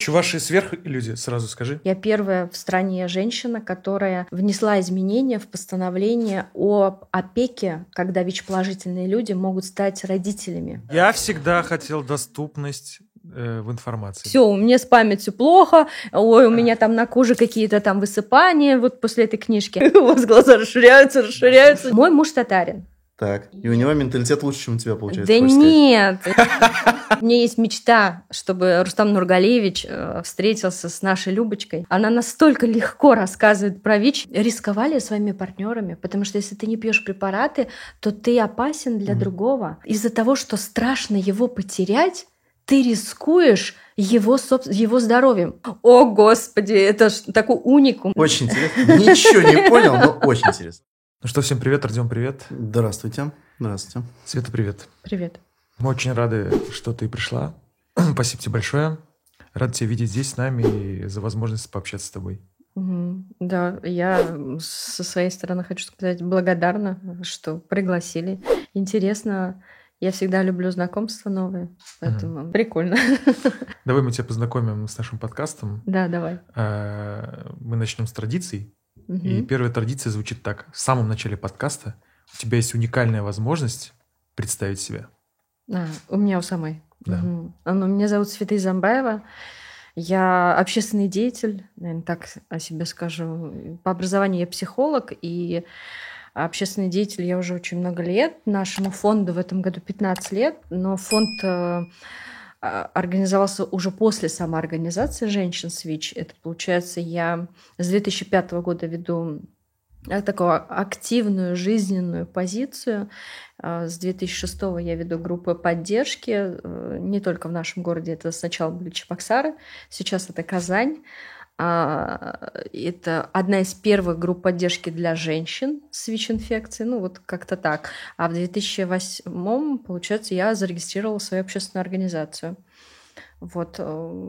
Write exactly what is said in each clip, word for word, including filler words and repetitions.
Чуваши сверхлюди, сразу скажи. Я первая в стране женщина, которая внесла изменения в постановление об опеке, когда ВИЧ-положительные люди могут стать родителями. Я всегда хотел доступность э, в информации. Все, у меня с памятью плохо, ой, у меня там на коже какие-то там высыпания вот после этой книжки. У вас глаза расширяются, расширяются. Мой муж татарин. Так, и у него менталитет лучше, чем у тебя, получается. Да нет. У меня есть мечта, чтобы Рустам Нургалиевич встретился с нашей Любочкой. Она настолько легко рассказывает про ВИЧ. Рисковали своими партнерами, потому что если ты не пьешь препараты, то ты опасен для mm. другого. Из-за того, что страшно его потерять, ты рискуешь его, его здоровьем. О, Господи, это ж такой уникум. Очень интересно. Ничего не понял, но очень интересно. Ну что, всем привет, Артем, привет. Здравствуйте. Здравствуйте. Света, привет. Привет. Мы очень рады, что ты пришла. Спасибо тебе большое. Рад тебя видеть здесь с нами и за возможность пообщаться с тобой. Угу. Да, я со своей стороны хочу сказать благодарна, что пригласили. Интересно. Я всегда люблю знакомства новые, поэтому угу. прикольно. Давай мы тебя познакомим с нашим подкастом. Да, давай. Мы начнем с традиций. Угу. И первая традиция звучит так. В самом начале подкаста у тебя есть уникальная возможность представить себя. А, у меня у самой. Да. Угу. Ну, меня зовут Света Изамбаева. Я общественный деятель, наверное, так о себе скажу. По образованию я психолог, и общественный деятель я уже очень много лет. Нашему фонду в этом году пятнадцать лет, но фонд организовался уже после самоорганизации женщин с ВИЧ. Это, получается, я с две тысячи пятого года веду такую активную жизненную позицию. С две тысячи шестого я веду группы поддержки. Не только в нашем городе. Это сначала были Чебоксары, сейчас это Казань. Это одна из первых групп поддержки для женщин с ВИЧ-инфекцией. Ну, вот как-то так. А в две тысячи восьмом, получается, я зарегистрировала свою общественную организацию. Вот.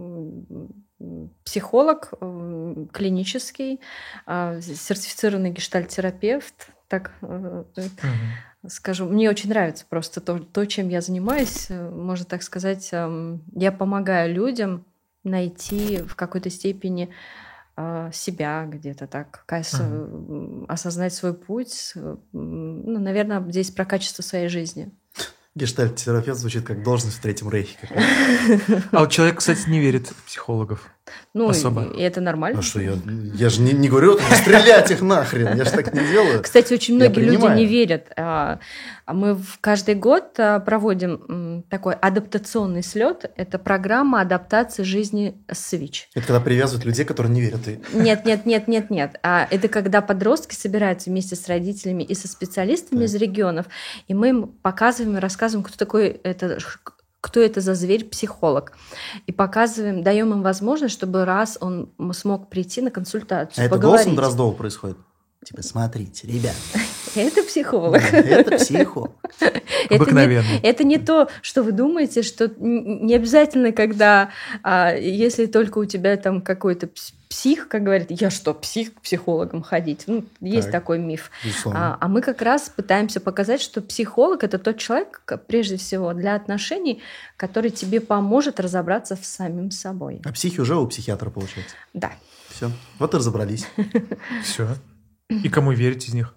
Психолог клинический, сертифицированный гештальт-терапевт. Так угу. скажу. Мне очень нравится просто то, то, чем я занимаюсь. Можно так сказать, я помогаю людям найти в какой-то степени э, себя где-то так, uh-huh. осознать свой путь. Ну, наверное, здесь про качество своей жизни. Гештальт-терапевт звучит как должность в Третьем Рейхе. А вот человек, кстати, не верит в психологов. Ну, особо. И это нормально. А что, я, я же не, не говорю, стрелять их нахрен, я же так не делаю. Кстати, очень многие люди не верят. Мы каждый год проводим такой адаптационный слет. Это программа адаптации жизни с ВИЧ. Это когда привязывают людей, которые не верят. Нет, нет, нет, нет, нет. Это когда подростки собираются вместе с родителями и со специалистами из регионов, и мы им показываем и рассказываем, кто такой это... кто это за зверь-психолог. И показываем, даем им возможность, чтобы раз он смог прийти на консультацию, а поговорить. Это голосом Дроздова происходит? Типа, смотрите, ребят. Это психолог. Это психолог. Обыкновенный. Это не то, что вы думаете, что не обязательно, когда, если только у тебя там какой-то псих, как говорят, я что, псих к психологам ходить? Ну, есть так, такой миф. А, а мы как раз пытаемся показать, что психолог — это тот человек, прежде всего, для отношений, который тебе поможет разобраться в самим собой. А психи уже у психиатра, получается? Да. Все, вот и разобрались. Все. И кому верить из них?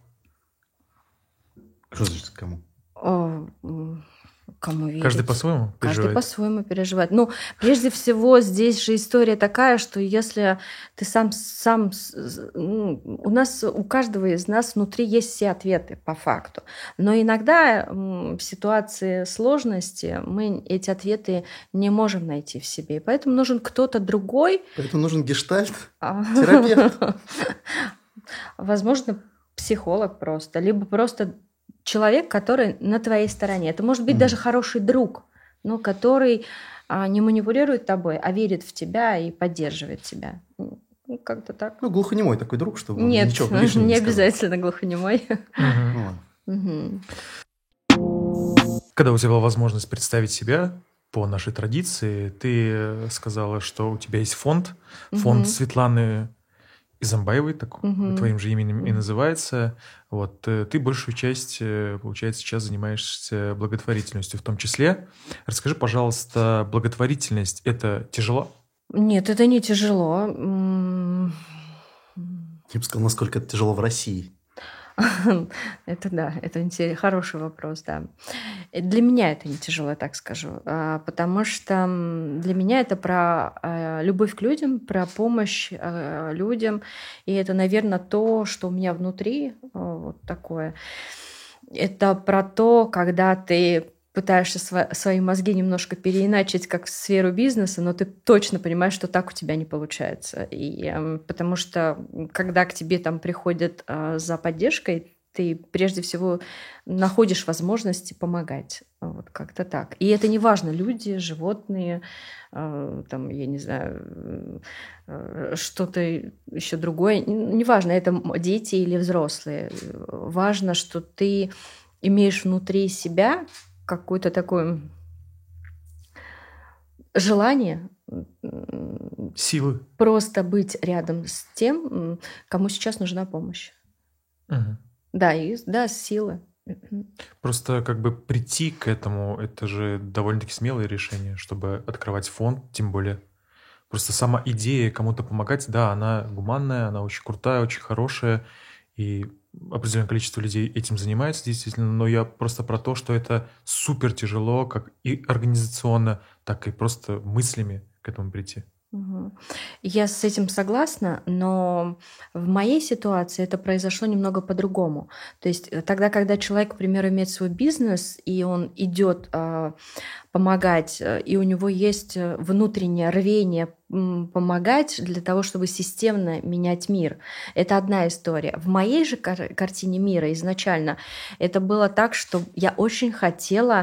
Что значит кому? О, кому верить? Каждый по-своему переживает? Каждый по-своему переживает. Ну, прежде всего, здесь же история такая, что если ты сам... сам ну, у нас, у каждого из нас внутри есть все ответы по факту. Но иногда в ситуации сложности мы эти ответы не можем найти в себе. И поэтому нужен кто-то другой. Поэтому нужен гештальт, терапевт. Возможно, психолог просто. Либо просто человек, который на твоей стороне. Это может быть mm. даже хороший друг, но который а, не манипулирует тобой, а верит в тебя и поддерживает тебя. Ну, как-то так. Ну, глухонемой такой друг, чтобы Нет, ничего лишнего не не обязательно глухонемой. Uh-huh. Uh-huh. Когда у тебя была возможность представить себя по нашей традиции, ты сказала, что у тебя есть фонд, фонд uh-huh. Светланы Изамбаевой, так угу. твоим же именем и называется. Вот, ты большую часть, получается, сейчас занимаешься благотворительностью в том числе. Расскажи, пожалуйста, благотворительность – это тяжело? Нет, это не тяжело. Я бы сказал, насколько это тяжело в России. Это да, это интересный, хороший вопрос, да. Для меня это не тяжело, я так скажу, потому что для меня это про любовь к людям, про помощь людям, и это, наверное, то, что у меня внутри вот такое. Это про то, когда ты пытаешься св- свои мозги немножко переиначить как в сферу бизнеса, но ты точно понимаешь, что так у тебя не получается. И, э, потому что когда к тебе там приходят э, за поддержкой, ты прежде всего находишь возможности помогать. Вот как-то так. И это не важно, люди, животные, э, там, я не знаю, э, что-то еще другое. Неважно, это дети или взрослые. Важно, что ты имеешь внутри себя какое-то такое желание силы просто быть рядом с тем, кому сейчас нужна помощь. Угу. Да, и да, силы. Просто как бы прийти к этому, это же довольно-таки смелое решение, чтобы открывать фонд, тем более. Просто сама идея кому-то помогать, да, она гуманная, она очень крутая, очень хорошая, и определенное количество людей этим занимается действительно, но я просто про то, что это супер тяжело, как и организационно, так и просто мыслями к этому прийти. Угу. Я с этим согласна, но в моей ситуации это произошло немного по-другому. То есть тогда, когда человек, к примеру, имеет свой бизнес, и он идет э, помогать, и у него есть внутреннее рвение помогать для того, чтобы системно менять мир. Это одна история. В моей же кар- картине мира изначально это было так, что я очень хотела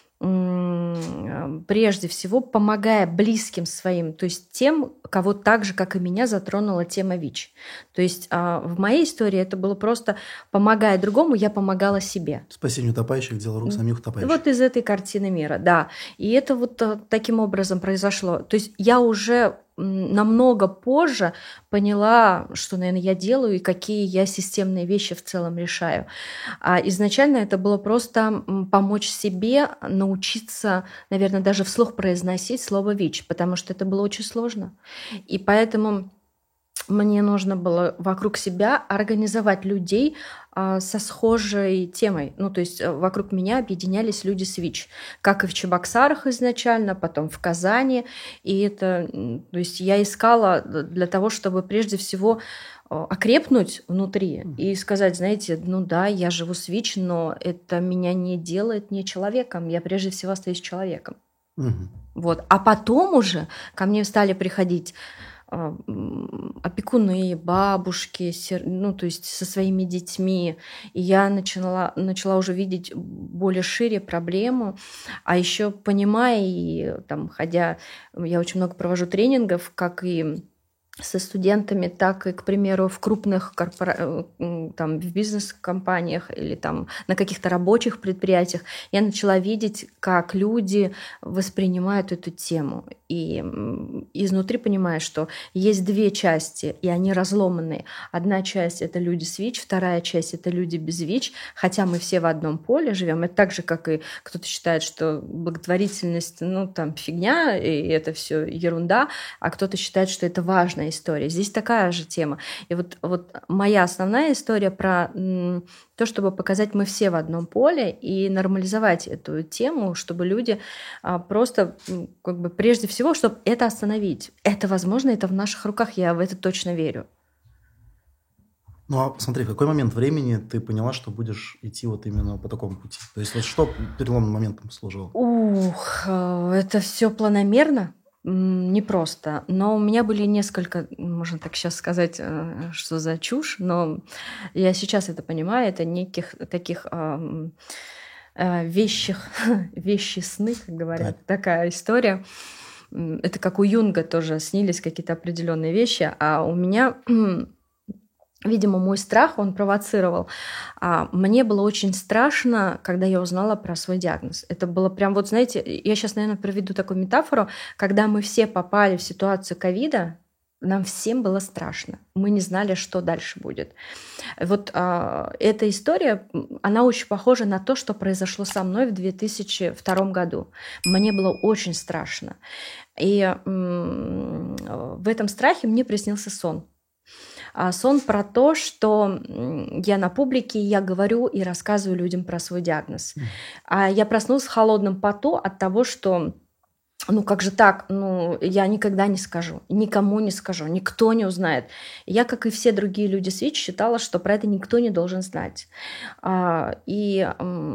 прежде всего помогая близким своим, то есть тем, кого так же, как и меня, затронула тема ВИЧ. То есть в моей истории это было просто помогая другому, я помогала себе. Спасение утопающих, дело рук самих утопающих. Вот из этой картины мира, да. И это вот таким образом произошло. То есть я уже намного позже поняла, что, наверное, я делаю и какие я системные вещи в целом решаю. А изначально это было просто помочь себе научиться, наверное, даже вслух произносить слово ВИЧ, потому что это было очень сложно. И поэтому мне нужно было вокруг себя организовать людей а, со схожей темой. Ну, то есть вокруг меня объединялись люди с ВИЧ, как и в Чебоксарах изначально, потом в Казани. И это, то есть я искала для того, чтобы прежде всего окрепнуть внутри и сказать, знаете, ну да, я живу с ВИЧ, но это меня не делает не человеком, я прежде всего остаюсь человеком. Угу. Вот. А потом уже ко мне стали приходить опекуны, бабушки, ну, то есть со своими детьми. И я начала, начала уже видеть более шире проблему. А еще понимая, и там, ходя, я очень много провожу тренингов, как и со студентами, так и, к примеру, в крупных корпора... там, в бизнес-компаниях или там, на каких-то рабочих предприятиях, я начала видеть, как люди воспринимают эту тему. И изнутри понимаю, что есть две части, и они разломанные. Одна часть — это люди с ВИЧ, вторая часть — это люди без ВИЧ, хотя мы все в одном поле живем. Это так же, как и кто-то считает, что благотворительность, ну, там, фигня, и это все ерунда, а кто-то считает, что это важная история. Здесь такая же тема. И вот, вот моя основная история про м, то, чтобы показать, мы все в одном поле, и нормализовать эту тему, чтобы люди а, просто, как бы, прежде всего, чтобы это остановить. Это возможно, это в наших руках, я в это точно верю. Ну, а смотри, в какой момент времени ты поняла, что будешь идти вот именно по такому пути? То есть вот что переломным моментом служило? Ух, это все планомерно. Непросто, но у меня были несколько, можно так сейчас сказать, что за чушь, но я сейчас это понимаю, это неких таких э, э, вещих, вещи сны, как говорят, так. Такая история. Это как у Юнга тоже снились какие-то определенные вещи, а у меня... Видимо, мой страх, он провоцировал. А мне было очень страшно, когда я узнала про свой диагноз. Это было прям, вот знаете, я сейчас, наверное, проведу такую метафору, когда мы все попали в ситуацию ковида, Нам всем было страшно. Мы не знали, что дальше будет. Вот а, эта история, она очень похожа на то, что произошло со мной в две тысячи втором году. Мне было очень страшно. И м- в этом страхе мне приснился сон. А сон про то, что я на публике, я говорю и рассказываю людям про свой диагноз. А я проснулась в холодном поту от того, что ну как же так, ну я никогда не скажу, никому не скажу, никто не узнает. Я, как и все другие люди с ВИЧ, считала, что про это никто не должен знать. И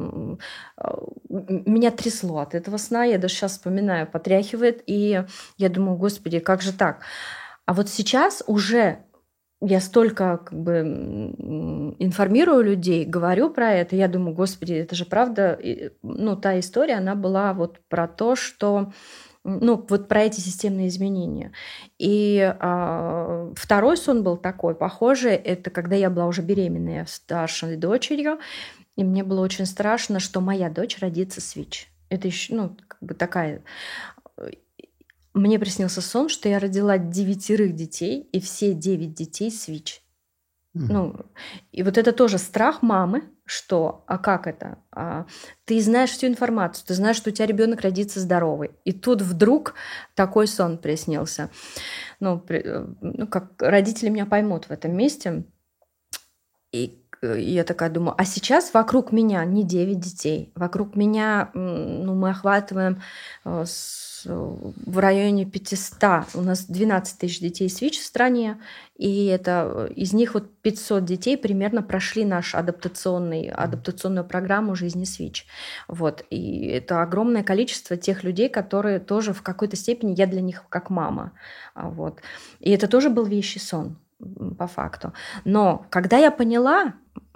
меня трясло от этого сна, я даже сейчас вспоминаю, потряхивает, и я думаю, господи, как же так? А вот сейчас уже я столько как бы информирую людей, говорю про это, я думаю, господи, это же правда. Ну, та история, она была вот про то, что, ну, вот про эти системные изменения. И а, второй сон был такой, похожий, это когда я была уже беременная старшей дочерью, и мне было очень страшно, что моя дочь родится с ВИЧ. Это еще, ну, как бы такая... Мне приснился сон, что я родила девятерых детей, и все девять детей с ВИЧ. Mm. Ну, и вот это тоже страх мамы, что, а как это? А, ты знаешь всю информацию, ты знаешь, что у тебя ребенок родится здоровый. И тут вдруг такой сон приснился. Ну, при, ну как родители меня поймут в этом месте. И И я такая думаю, а сейчас вокруг меня не девять детей, вокруг меня, ну, мы охватываем в районе пятьсот, у нас двенадцать тысяч детей с ВИЧ в стране, и это, из них вот пятьсот детей примерно прошли нашу адаптационный, адаптационную программу жизни с ВИЧ. Вот. И это огромное количество тех людей, которые тоже в какой-то степени, я для них как мама. Вот. И это тоже был вещий сон, по факту. Но когда я поняла,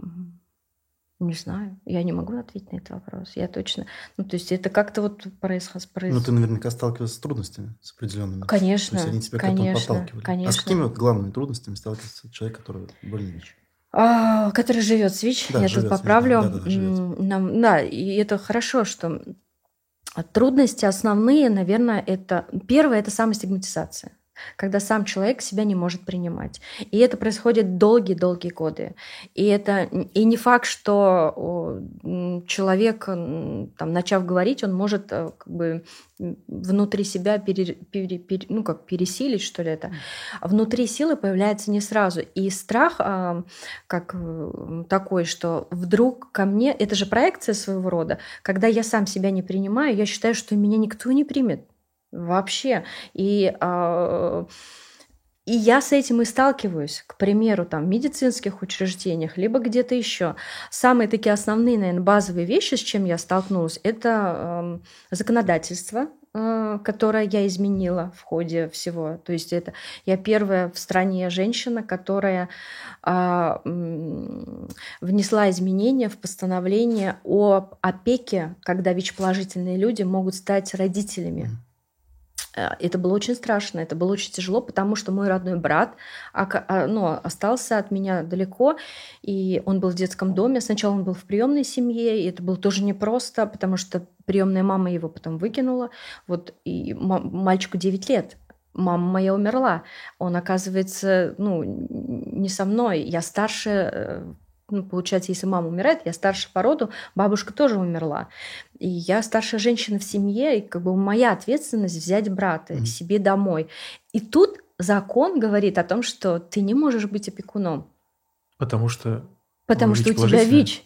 не знаю, я не могу ответить на этот вопрос. Я точно... Ну, то есть это как-то вот происходит... Ну, ты наверняка сталкивалась с трудностями, с определенными. Конечно, то есть они тебя конечно, к этому подталкивали. Конечно. А с какими вот главными трудностями сталкивается человек, который больной ВИЧ? А, который живет с ВИЧ, да, я живет тут поправлю. Да, да, да, Нам, да, и это хорошо, что трудности основные, наверное, это... Первое – это самостигматизация. Когда сам человек себя не может принимать. И это происходит долгие-долгие годы. И это и не факт, что человек, там, начав говорить, он может как бы внутри себя пере, пере, пере, ну, как пересилить, что ли, это. Внутри силы появляется не сразу. И страх как такой, что вдруг ко мне... Это же проекция своего рода. Когда я сам себя не принимаю, я считаю, что меня никто не примет. Вообще. И, э, и я с этим и сталкиваюсь, к примеру, там, в медицинских учреждениях, либо где-то еще. Самые такие основные, наверное, базовые вещи, с чем я столкнулась, это э, законодательство, э, которое я изменила в ходе всего. То есть это я первая в стране женщина, которая э, внесла изменения в постановление о опеке, когда ВИЧ-положительные люди могут стать родителями. Это было очень страшно, это было очень тяжело, потому что мой родной брат ну, остался от меня далеко, и он был в детском доме. Сначала он был в приемной семье, и это было тоже непросто, потому что приемная мама его потом выкинула. Вот, и мальчику девять лет. Мама моя умерла. Он, оказывается, ну, не со мной. Я старше. Ну, получается, если мама умирает, я старше по роду, бабушка тоже умерла. И я старшая женщина в семье, и как бы моя ответственность взять брата mm-hmm. себе домой. И тут закон говорит о том, что ты не можешь быть опекуном. Потому что... Потому что у тебя ВИЧ.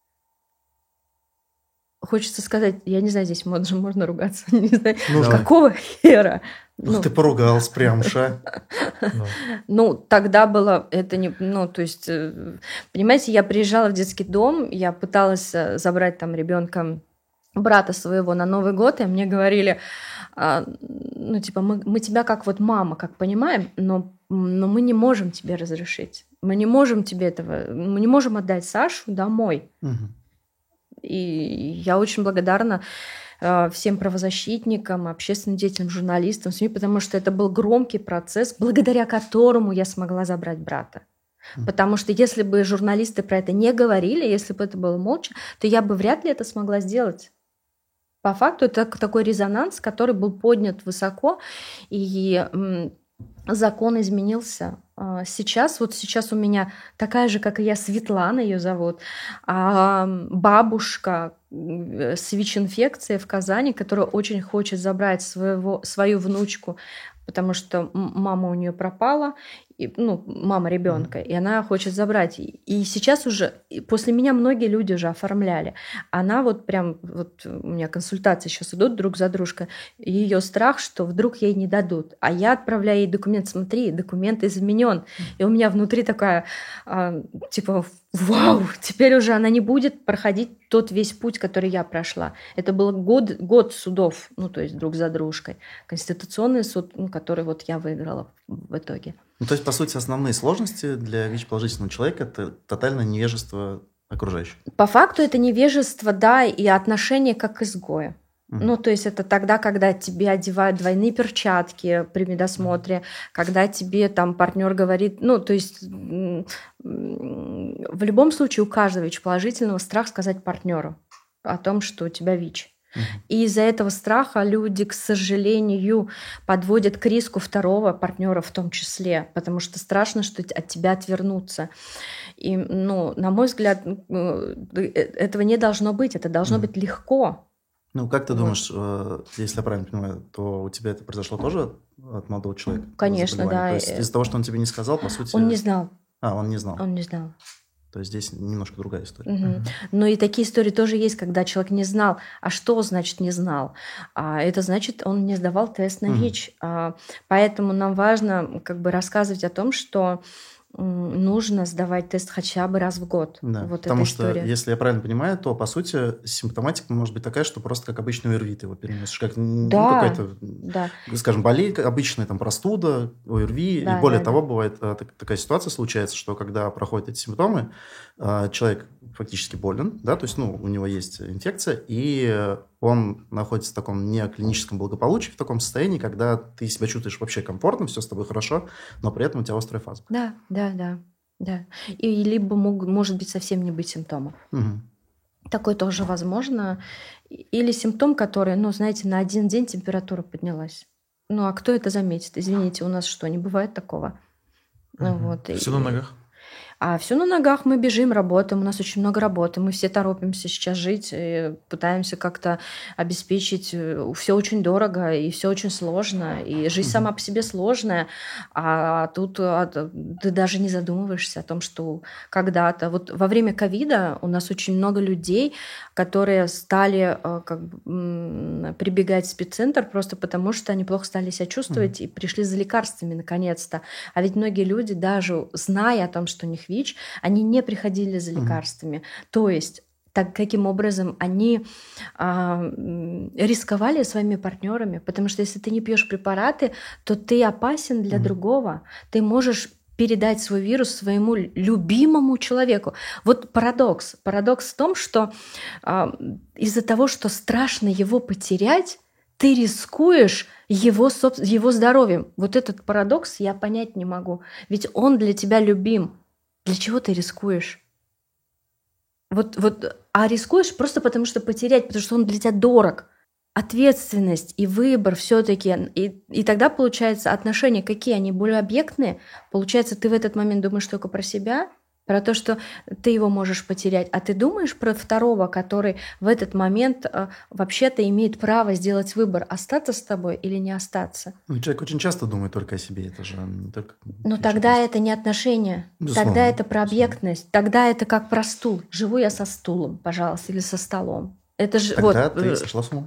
Хочется сказать, я не знаю, здесь можно, можно ругаться, не знаю, ну, какого хера? Ну, ну, ты поругался прям, ша. Ну, тогда было это не... Ну, то есть, понимаете, я приезжала в детский дом, я пыталась забрать там ребенка, брата своего на Новый год, и мне говорили, ну, типа, мы, мы тебя как вот мама, как понимаем, но, но мы не можем тебе разрешить. Мы не можем тебе этого... Мы не можем отдать Сашу домой. Угу. И я очень благодарна всем правозащитникам, общественным деятелям, журналистам, СМИ, потому что это был громкий процесс, благодаря которому я смогла забрать брата. Mm. Потому что если бы журналисты про это не говорили, если бы это было молча, то я бы вряд ли это смогла сделать. По факту это такой резонанс, который был поднят высоко, и закон изменился. Сейчас, вот сейчас у меня такая же, как и я, Светлана ее зовут, а бабушка с ВИЧ-инфекцией в Казани, которая очень хочет забрать своего, свою внучку, потому что мама у нее пропала, и, ну, мама ребенка, и она хочет забрать. И сейчас уже, после меня многие люди уже оформляли. Она вот прям, вот у меня консультации сейчас идут друг за дружкой, ее страх, что вдруг ей не дадут. А я отправляю ей документ, смотри, документ изменен. И у меня внутри такая, а, типа, вау, теперь уже она не будет проходить тот весь путь, который я прошла. Это был год, год судов, ну, то есть друг за дружкой. Конституционный суд, ну, который вот я выиграла в итоге. Ну, то есть, по сути, основные сложности для ВИЧ-положительного человека – это тотальное невежество окружающих. По факту это невежество, да, и отношение как к изгою. Mm-hmm. Ну, то есть это тогда, когда тебе одевают двойные перчатки при медосмотре, mm-hmm. когда тебе там партнер говорит, ну, то есть в любом случае у каждого ВИЧ-положительного страх сказать партнеру о том, что у тебя ВИЧ. И из-за этого страха люди, к сожалению, подводят к риску второго партнера в том числе, потому что страшно, что от тебя отвернутся. И, ну, на мой взгляд, этого не должно быть, это должно mm. быть легко. Ну, как ты вот. думаешь, если я правильно понимаю, то у тебя это произошло тоже от молодого человека? Конечно, да. То есть из-за того, что он тебе не сказал, по сути... Он не знал. А, он не знал. Он не знал. То есть здесь немножко другая история. Угу. Uh-huh. Но и такие истории тоже есть, когда человек не знал. А что значит не знал? А это значит, он не сдавал тест на ВИЧ. Uh-huh. А, поэтому нам важно как бы рассказывать о том, что нужно сдавать тест хотя бы раз в год. Да, вот потому эта что, история. Если я правильно понимаю, то, по сути, симптоматика может быть такая, что просто как обычный ОРВИ ты его переносишь. Как да, ну, какая-то, да. скажем, болезнь, обычная там, простуда, ОРВИ. Да, и более да, того, да. бывает такая ситуация случается, что когда проходят эти симптомы, человек фактически болен, да, то есть ну, у него есть инфекция, и он находится в таком неклиническом благополучии, в таком состоянии, когда ты себя чувствуешь вообще комфортно, все с тобой хорошо, но при этом у тебя острая фаза. Да, да, да. Да. И либо мог, может быть совсем не быть симптомов. Угу. Такое тоже возможно. Или симптом, который, ну, знаете, на один день температура поднялась. Ну, а кто это заметит? Извините, у нас что, не бывает такого? Угу. Вот. Все и... на ногах? А все на ногах, мы бежим, работаем, у нас очень много работы, мы все торопимся сейчас жить, и пытаемся как-то обеспечить, все очень дорого, и все очень сложно, и жизнь mm-hmm. сама по себе сложная, а тут ты даже не задумываешься о том, что когда-то, вот во время ковида у нас очень много людей, которые стали как бы прибегать в спеццентр просто потому, что они плохо стали себя чувствовать mm-hmm. и пришли за лекарствами наконец-то. А ведь многие люди, даже зная о том, что у них ВИЧ, они не приходили за лекарствами. Mm-hmm. То есть так каким образом они а, рисковали своими партнерами, потому что если ты не пьешь препараты, то ты опасен для mm-hmm. другого. Ты можешь передать свой вирус своему любимому человеку. Вот парадокс. Парадокс в том, что а, из-за того, что страшно его потерять, ты рискуешь его, его здоровьем. Вот этот парадокс я понять не могу. Ведь он для тебя любим. Для чего ты рискуешь? Вот, вот, а рискуешь просто потому, что потерять, потому что он для тебя дорог. Ответственность и выбор все-таки. И, и тогда, получается, отношения какие? Они более объектные. Получается, ты в этот момент думаешь только про себя, про то, что ты его можешь потерять. А ты думаешь про второго, который в этот момент э, вообще-то имеет право сделать выбор, остаться с тобой или не остаться. Ну, человек очень часто думает только о себе. Это же не только... Но тогда это не отношения. Безусловно. Тогда это про объектность. Безусловно. Тогда это как про стул. Живу я со стулом, пожалуйста, или со столом. Это же... Тогда вот... ты сошла с ума.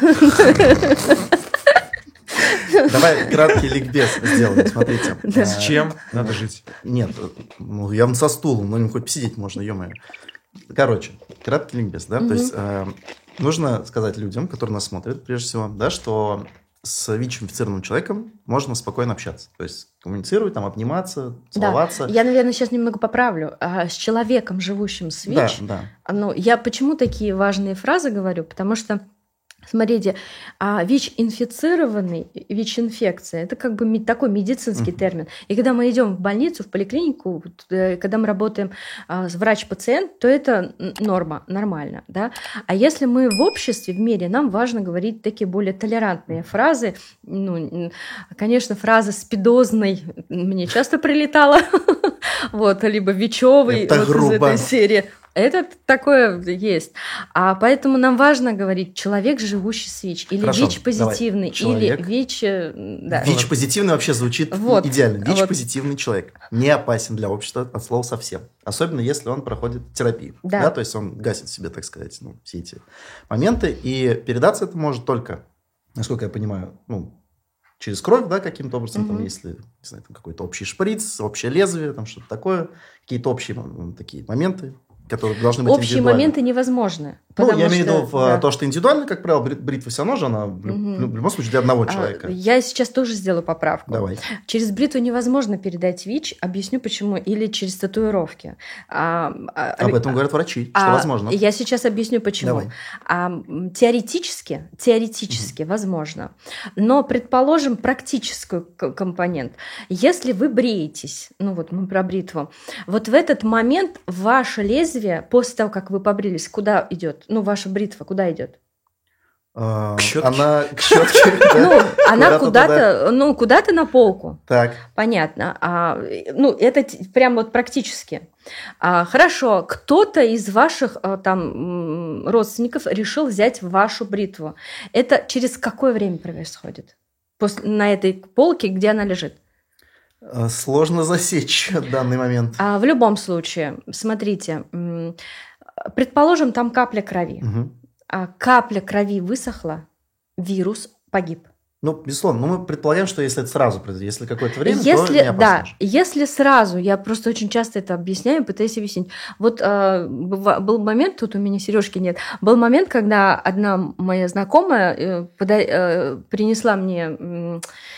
Давай краткий ликбез сделаем, смотрите. Да. С чем надо жить? Нет, ну явно со стулом, но хоть посидеть можно, ё-моё. Короче, краткий ликбез, да, угу. То есть э, нужно сказать людям, которые нас смотрят, прежде всего, да, что с ВИЧ-инфицированным человеком можно спокойно общаться, то есть коммуницировать, там, обниматься, целоваться. Да. Я, наверное, сейчас немного поправлю. А с человеком, живущим с ВИЧ, да, да. Ну, я почему такие важные фразы говорю? Потому что Смотрите, а ВИЧ-инфицированный, ВИЧ-инфекция – это как бы такой медицинский uh-huh. термин. И когда мы идем в больницу, в поликлинику, когда мы работаем с врач-пациент, то это норма, нормально. Да? А если мы в обществе, в мире, нам важно говорить такие более толерантные фразы. Ну, конечно, фраза «спидозный» мне часто прилетала, вот, либо «вичевый» вот из этой серии. Это такое есть. А поэтому нам важно говорить человек, живущий с ВИЧ, или Хорошо, ВИЧ-позитивный, или ВИЧ... Да. ВИЧ-позитивный вообще звучит вот. идеально. ВИЧ-позитивный вот. Человек не опасен для общества от слова совсем. Особенно если он проходит терапию. Да. Да, то есть он гасит в себе, так сказать, ну, все эти моменты. И передаться это может только, насколько я понимаю, ну, через кровь, да, каким-то образом, угу. там, если, не знаю, там какой-то общий шприц, общее лезвие, там что-то такое, какие-то общие ну, такие моменты, которые должны быть общие моменты невозможны. Ну, я имею в виду да. то, что индивидуально, как правило, бритва все равно же, она угу. в любом случае для одного человека. А, я сейчас тоже сделаю поправку. Давай. Через бритву невозможно передать ВИЧ, объясню почему, или через татуировки. А, Об этом говорят врачи, что а, возможно. Я сейчас объясню почему. А, теоретически, теоретически угу. возможно, но предположим практическую компонент. Если вы бреетесь, ну вот мы про бритву, вот в этот момент ваше лезвие, после того, как вы побрились, куда идет? Ну, ваша бритва куда идет? К щетке. Она к щетке. Ну, она куда-то, ну, куда-то на полку. Так. Понятно. А, ну, это прям вот практически. А, хорошо, кто-то из ваших там родственников решил взять вашу бритву. Это через какое время происходит? После, на этой полке, где она лежит? Сложно засечь в данный момент. А, в любом случае, смотрите, предположим, там капля крови. Угу. А капля крови высохла, вирус погиб. Ну, безусловно, но мы предполагаем, что если это сразу произойдет, если какое-то время, если, то не опасно. Да, если сразу, я просто очень часто это объясняю, пытаюсь объяснить. Вот э, был момент, тут у меня сережки нет, был момент, когда одна моя знакомая э, пода- э, принесла мне...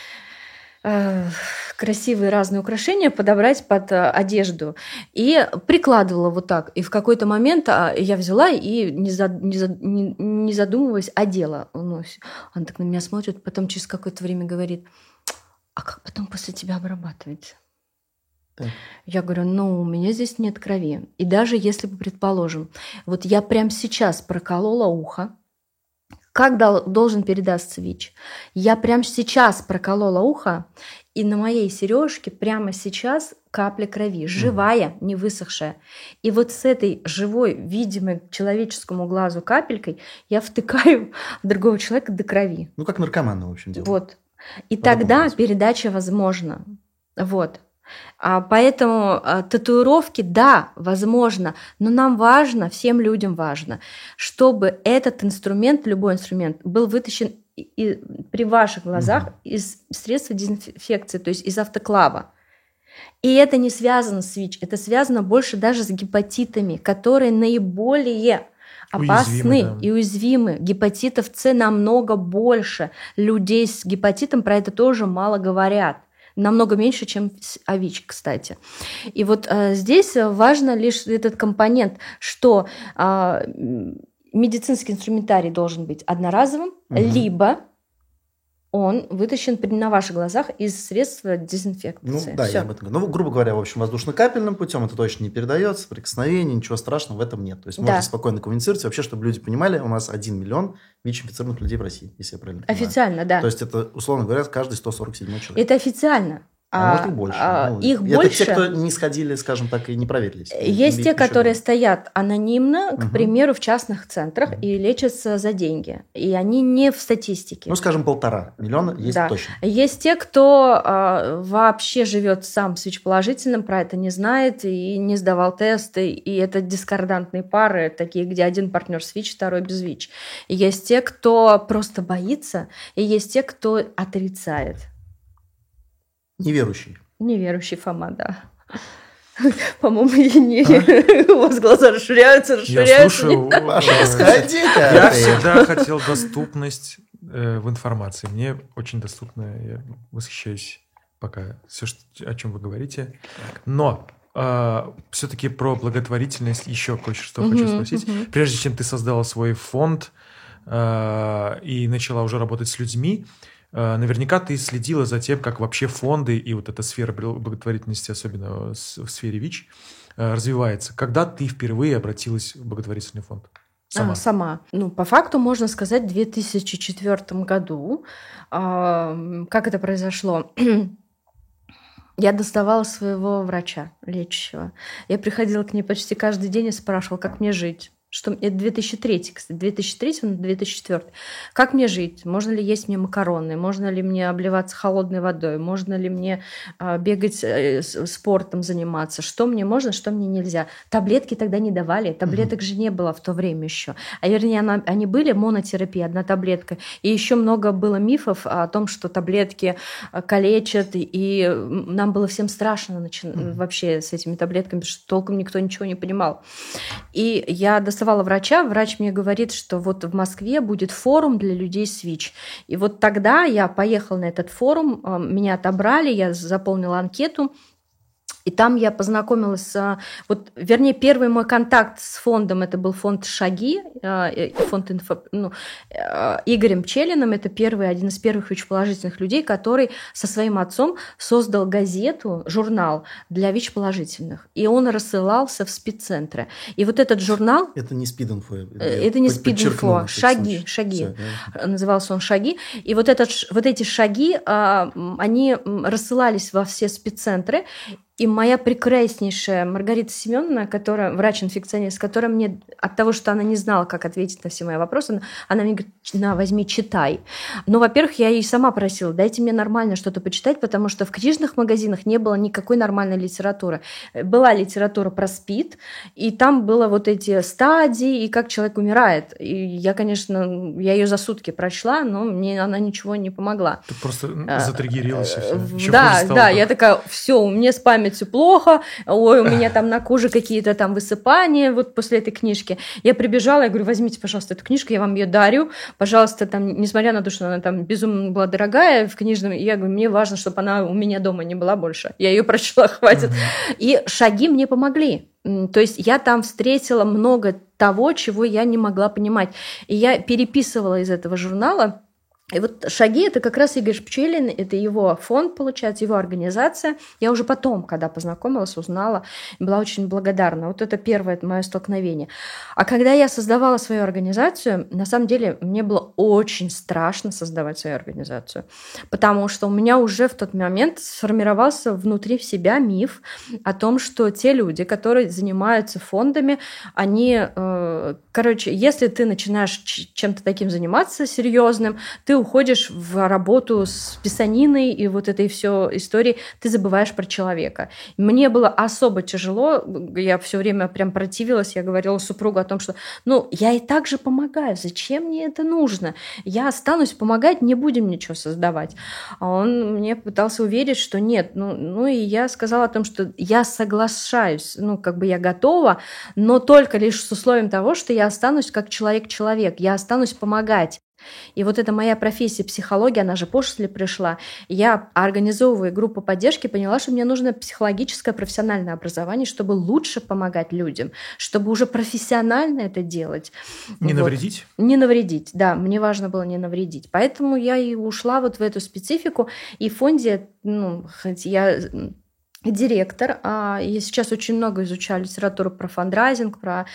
Э, красивые разные украшения подобрать под одежду. И прикладывала вот так. И в какой-то момент я взяла и, не, за, не, за, не, не задумываясь, одела. Ну, она так на меня смотрит, потом через какое-то время говорит: а как потом после тебя обрабатывать? Да. Я говорю: ну, у меня здесь нет крови. И даже если бы, предположим, вот я прямо сейчас проколола ухо, как должен передаться ВИЧ? Я прямо сейчас проколола ухо, и на моей сережке прямо сейчас капля крови, живая, не высохшая. И вот с этой живой, видимой человеческому глазу капелькой я втыкаю в другого человека до крови. Ну, как наркоманы, в общем, делают. Вот. И тогда передача возможна. Вот. А поэтому а, татуировки, да, возможно, но нам важно, всем людям важно, чтобы этот инструмент, любой инструмент, был вытащен и, и, при ваших глазах mm-hmm. из средства дезинфекции, то есть из автоклава. И это не связано с ВИЧ, это связано больше даже с гепатитами, которые наиболее опасны уязвимы, да. и уязвимы. Гепатитов С намного больше. Людей с гепатитом про это тоже мало говорят. Намного меньше, чем о ВИЧ, кстати. И вот а, здесь важно лишь этот компонент, что а, медицинский инструментарий должен быть одноразовым, угу. либо он вытащен на ваших глазах из средства дезинфекции. Ну да, Всё. Я об этом говорю. Ну, грубо говоря, в общем, воздушно-капельным путем это точно не передается, прикосновение, ничего страшного в этом нет. То есть да. можно спокойно коммуницировать. Вообще, чтобы люди понимали, у нас один миллион ВИЧ-инфицированных людей в России, если я правильно понимаю. Официально, да. То есть это, условно говоря, каждый сто сорок седьмой человек. Это официально. А, а может и больше. А, ну, их это больше. те, кто не сходили, скажем так, и не проверились. Есть те, которые больше. Стоят анонимно, к угу. примеру, в частных центрах угу. и лечатся за деньги. И они не в статистике. Ну, скажем, полтора миллиона есть да. точно. Есть те, кто а, вообще живет сам с ВИЧ-положительным, про это не знает и не сдавал тесты. И это дискордантные пары, такие, где один партнер с ВИЧ, второй без ВИЧ. И есть те, кто просто боится, и есть те, кто отрицает. Неверующий. Неверующий Фома, да. По-моему, и не... у вас глаза расширяются, расширяются. Я слушаю. Я всегда хотел доступность в информации. Мне очень доступно, я восхищаюсь пока все, о чем вы говорите. Но все-таки про благотворительность еще кое-что хочу спросить. Прежде чем ты создала свой фонд, э, и начала уже работать с людьми, э, наверняка ты следила за тем, как вообще фонды и вот эта сфера благотворительности, особенно в сфере ВИЧ, э, развивается. Когда ты впервые обратилась в благотворительный фонд? Сама. А, сама. Ну, по факту, можно сказать, в две тысячи четвёртом году. А, как это произошло? Я доставала своего врача лечащего. Я приходила к ней почти каждый день и спрашивала, как мне жить. Что, это две тысячи третий, кстати, две тысячи третий на две тысячи четвёртый. Как мне жить? Можно ли есть мне макароны? Можно ли мне обливаться холодной водой? Можно ли мне а, бегать, э, спортом заниматься? Что мне можно, что мне нельзя? Таблетки тогда не давали. Таблеток mm-hmm. же не было в то время еще. А вернее, она, они были, монотерапия, одна таблетка. И еще много было мифов о том, что таблетки калечат. И нам было всем страшно начи- mm-hmm. вообще с этими таблетками, потому что толком никто ничего не понимал. И я доставала врача, врач мне говорит, что вот в Москве будет форум для людей с ВИЧ. И вот тогда я поехала на этот форум, меня отобрали, я заполнила анкету, и там я познакомилась с... Вот, вернее, первый мой контакт с фондом, это был фонд «Шаги», фонд инфо, ну, Игорем Пчелиным, это первый, один из первых ВИЧ-положительных людей, который со своим отцом создал газету, журнал для ВИЧ-положительных. И он рассылался в спеццентры. И вот этот журнал... Это не СПИД-инфо. Это не СПИД-инфо, «Шаги», «Шаги». Да. Назывался он «Шаги». И вот, этот, вот эти «Шаги», они рассылались во все спеццентры. И моя прекраснейшая Маргарита Семеновна, которая врач-инфекционист, которая мне от того, что она не знала, как ответить на все мои вопросы, она мне говорит: на, возьми, читай. Но, во-первых, я ей сама просила, дайте мне нормально что-то почитать, потому что в книжных магазинах не было никакой нормальной литературы. Была литература про СПИД, и там было вот эти стадии, и как человек умирает. И я, конечно, я ее за сутки прочла, но мне она ничего не помогла. Ты просто затриггерилась и все. Еще да, да, я такая, все, у меня с памятью плохо, ой, у меня там на коже какие-то там высыпания вот после этой книжки. Я прибежала, я говорю: возьмите, пожалуйста, эту книжку, я вам ее дарю, пожалуйста, там, несмотря на то, что она там безумно была дорогая в книжном, я говорю, мне важно, чтобы она у меня дома не была больше. Я ее прочла, хватит. Mm-hmm. И «Шаги» мне помогли. То есть я там встретила много того, чего я не могла понимать. И я переписывала из этого журнала. И вот «Шаги» — это как раз Игорь Пчелин, это его фонд, получается, его организация. Я уже потом, когда познакомилась, узнала, была очень благодарна. Вот это первое мое столкновение. А когда я создавала свою организацию, на самом деле мне было очень страшно создавать свою организацию, потому что у меня уже в тот момент сформировался внутри себя миф о том, что те люди, которые занимаются фондами, они, э, короче, если ты начинаешь чем-то таким заниматься серьезным, ты уходишь в работу с писаниной и вот этой все истории, ты забываешь про человека. Мне было особо тяжело, я все время прям противилась, я говорила супругу о том, что ну, я и так же помогаю, зачем мне это нужно? Я останусь помогать, не будем ничего создавать. А он мне пытался уверить, что нет. Ну, ну и я сказала о том, что я соглашаюсь, ну, как бы я готова, но только лишь с условием того, что я останусь как человек-человек, я останусь помогать. И вот эта моя профессия психология, она же после пришла. Я, организовывая группу поддержки, поняла, что мне нужно психологическое профессиональное образование, чтобы лучше помогать людям, чтобы уже профессионально это делать. Не вот. навредить? Не навредить, да, мне важно было не навредить. Поэтому я и ушла вот в эту специфику. И в фонде, ну, хоть я... директор. Я сейчас очень много изучаю литературу про фандрайзинг, про,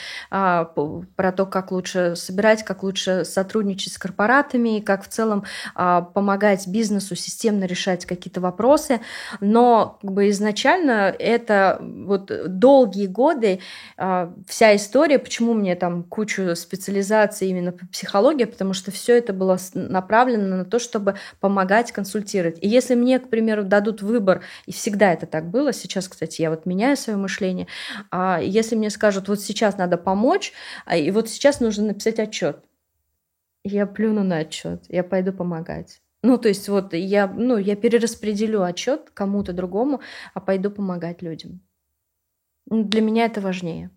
про то, как лучше собирать, как лучше сотрудничать с корпоратами, как в целом помогать бизнесу системно решать какие-то вопросы. Но как бы изначально это вот долгие годы вся история, почему мне там кучу специализаций именно по психологии, потому что все это было направлено на то, чтобы помогать, консультировать. И если мне, к примеру, дадут выбор, и всегда это так было, сейчас, кстати, я вот меняю свое мышление. А если мне скажут, вот сейчас надо помочь, и вот сейчас нужно написать отчет, я плюну на отчет, я пойду помогать. Ну, то есть вот я, ну, я перераспределю отчет кому-то другому, а пойду помогать людям. Для меня это важнее.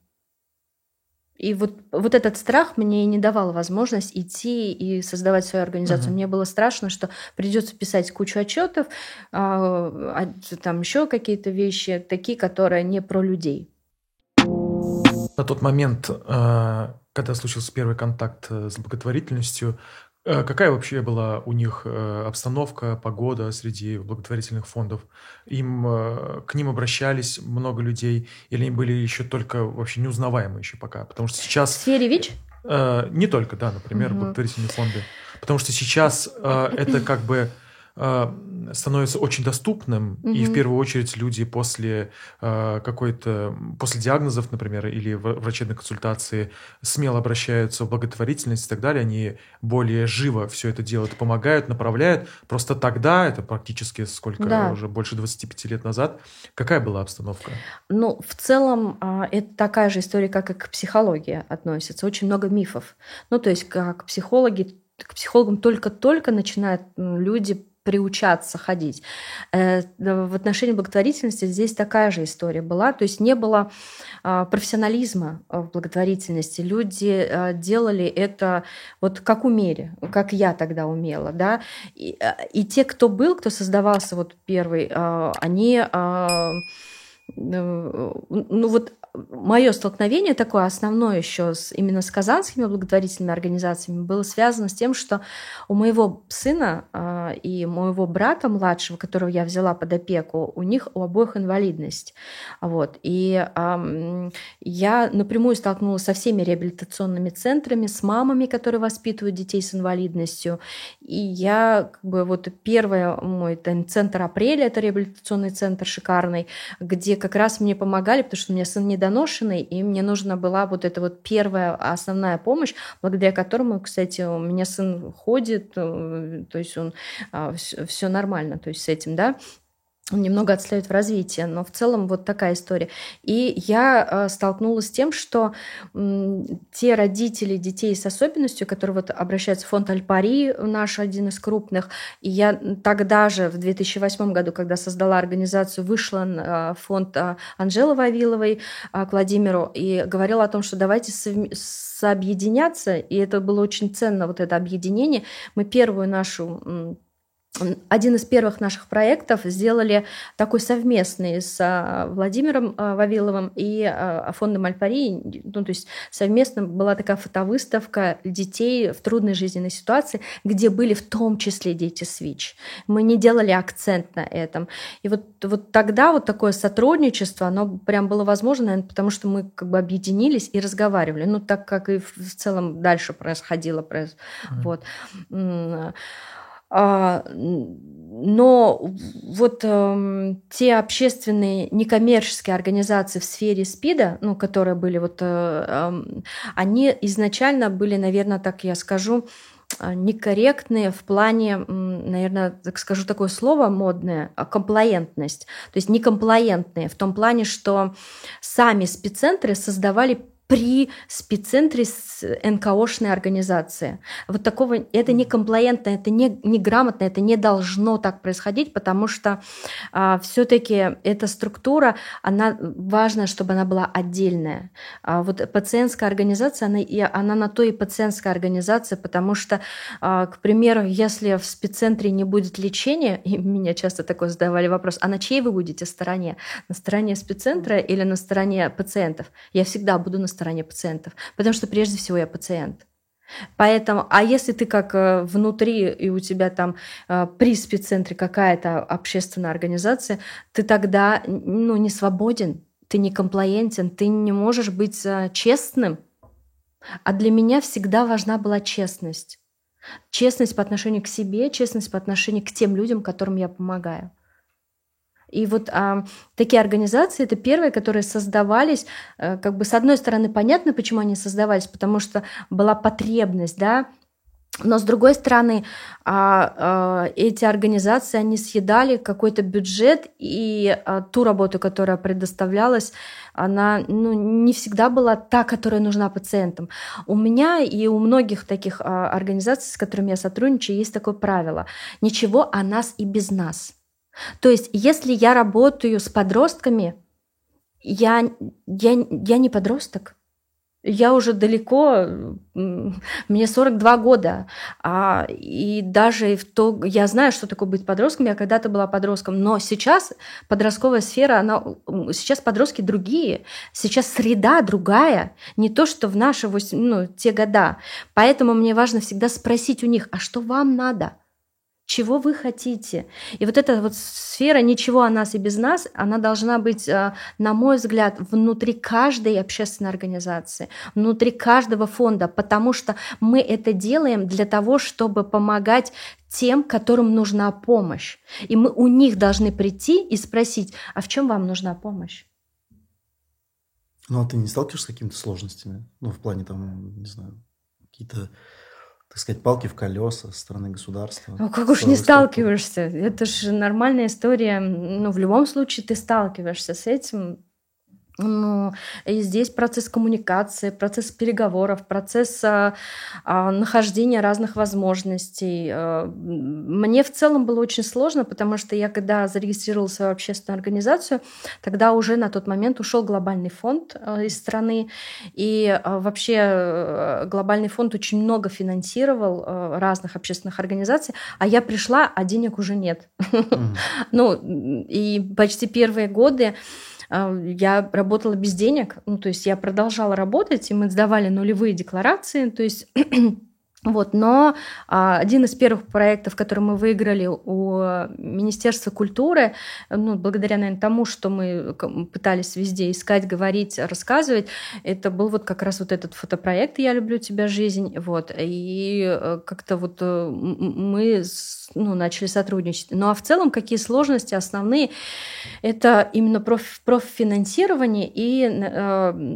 И вот, вот этот страх мне не давал возможность идти и создавать свою организацию. Uh-huh. Мне было страшно, что придется писать кучу отчетов, а, там еще какие-то вещи, такие, которые не про людей. На тот момент э, когда случился первый контакт с благотворительностью, какая вообще была у них обстановка, погода среди благотворительных фондов? Им, к ним обращались много людей или они были еще только вообще неузнаваемы еще пока? Потому что сейчас... В сфере ВИЧ? Не только, да, например, угу. благотворительные фонды. Потому что сейчас это как бы... становится очень доступным, mm-hmm. и в первую очередь люди после э, какой-то, после диагнозов, например, или врачебной консультации смело обращаются в благотворительность и так далее, они более живо все это делают, помогают, направляют. Просто тогда, это практически сколько, да. уже больше двадцати пяти лет назад, какая была обстановка? Ну, в целом, это такая же история, как и к психологии относится. Очень много мифов. Ну, то есть, как психологи, к психологам только-только начинают люди приучаться ходить. В отношении благотворительности здесь такая же история была. То есть не было профессионализма в благотворительности. Люди делали это вот как умели, как я тогда умела. Да? И, и те, кто был, кто создавался вот первый, они... Ну вот мое столкновение такое основное еще с, именно с казанскими благотворительными организациями было связано с тем, что у моего сына э, и моего брата младшего, которого я взяла под опеку, у них у обоих инвалидность. Вот. И э, я напрямую столкнулась со всеми реабилитационными центрами, с мамами, которые воспитывают детей с инвалидностью. И я как бы вот первый мой там, центр «Апреля», это реабилитационный центр шикарный, где как раз мне помогали, потому что у меня сын недоношенный, и мне нужна была вот эта вот первая основная помощь, благодаря которому, кстати, у меня сын ходит, то есть он все нормально, то есть с этим, да. Он немного отстает в развитии, но в целом вот такая история. И я столкнулась с тем, что те родители детей с особенностью, которые вот обращаются в фонд Аль-Пари, наш один из крупных, и я тогда же в две тысячи восьмом году, когда создала организацию, вышла в фонд Анжелы Вавиловой к Владимиру и говорила о том, что давайте сообъединяться, и это было очень ценно, вот это объединение. Мы первую нашу... Один из первых наших проектов сделали такой совместный с Владимиром Вавиловым и фондом Аль-Пари. Ну, то есть совместно была такая фотовыставка детей в трудной жизненной ситуации, где были в том числе дети с ВИЧ. Мы не делали акцент на этом. И вот, вот тогда вот такое сотрудничество, оно прям было возможно, наверное, потому что мы как бы объединились и разговаривали. Ну, так как и в целом дальше происходило. Mm-hmm. Вот. Но вот э, те общественные некоммерческие организации в сфере СПИДа, ну, которые были вот, э, э, они изначально были, наверное, так я скажу, некорректные в плане, наверное, так скажу такое слово модное, комплаентность. То есть некомплаентные в том плане, что сами спеццентры создавали при спеццентре с эн ка о-шной организации. Вот такого, это не комплаентно, это не, не грамотно, это не должно так происходить, потому что а, все-таки эта структура, она важно, чтобы она была отдельная. А вот пациентская организация, она, и, она на то и пациентская организация, потому что, а, к примеру, если в спеццентре не будет лечения, и меня часто такой задавали вопрос, а на чьей вы будете стороне? На стороне спеццентра или на стороне пациентов? Я всегда буду на стороне стороне пациентов, потому что прежде всего я пациент. Поэтому, а если ты как внутри и у тебя там при спеццентре какая-то общественная организация, ты тогда ну, не свободен, ты не комплаентен, ты не можешь быть честным. А для меня всегда важна была честность. Честность по отношению к себе, честность по отношению к тем людям, которым я помогаю. И вот а, такие организации, это первые, которые создавались, а, как бы с одной стороны понятно, почему они создавались, потому что была потребность, да, но с другой стороны а, а, эти организации, они съедали какой-то бюджет, и а, ту работу, которая предоставлялась, она ну, не всегда была та, которая нужна пациентам. У меня и у многих таких а, организаций, с которыми я сотрудничаю, есть такое правило: ничего о нас и без нас. То есть, если я работаю с подростками, я, я, я не подросток. Я уже далеко, мне сорок два года, а, и даже в то, я знаю, что такое быть подростком, я когда-то была подростком, но сейчас подростковая сфера, она, сейчас подростки другие, сейчас среда другая, не то, что в наши ну, те года. Поэтому мне важно всегда спросить у них, а что вам надо? Чего вы хотите? И вот эта вот сфера «ничего о нас и без нас», она должна быть, на мой взгляд, внутри каждой общественной организации, внутри каждого фонда, потому что мы это делаем для того, чтобы помогать тем, которым нужна помощь. И мы у них должны прийти и спросить, а в чем вам нужна помощь? Ну, а ты не сталкиваешься с какими-то сложностями? Ну, в плане, там, не знаю, какие-то... так сказать, палки в колеса со стороны государства. Ну, как уж не сталкиваешься. Это же нормальная история. Ну, в любом случае ты сталкиваешься с этим. Ну, и здесь процесс коммуникации, процесс переговоров, процесс а, а, нахождения разных возможностей. А, мне в целом было очень сложно, потому что я, когда зарегистрировала свою общественную организацию, тогда уже на тот момент ушел глобальный фонд а, из страны, и а, вообще а, глобальный фонд очень много финансировал а, разных общественных организаций, а я пришла, а денег уже нет. Ну, и почти первые годы я работала без денег, ну, то есть я продолжала работать, и мы сдавали нулевые декларации, то есть... Вот, но а, один из первых проектов, который мы выиграли у Министерства культуры, ну, благодаря, наверное, тому, что мы пытались везде искать, говорить, рассказывать, это был вот как раз вот этот фотопроект «Я люблю тебя, жизнь». Вот, и как-то вот мы ну, начали сотрудничать. Ну а в целом какие сложности основные? Это именно проф, профинансирование и э,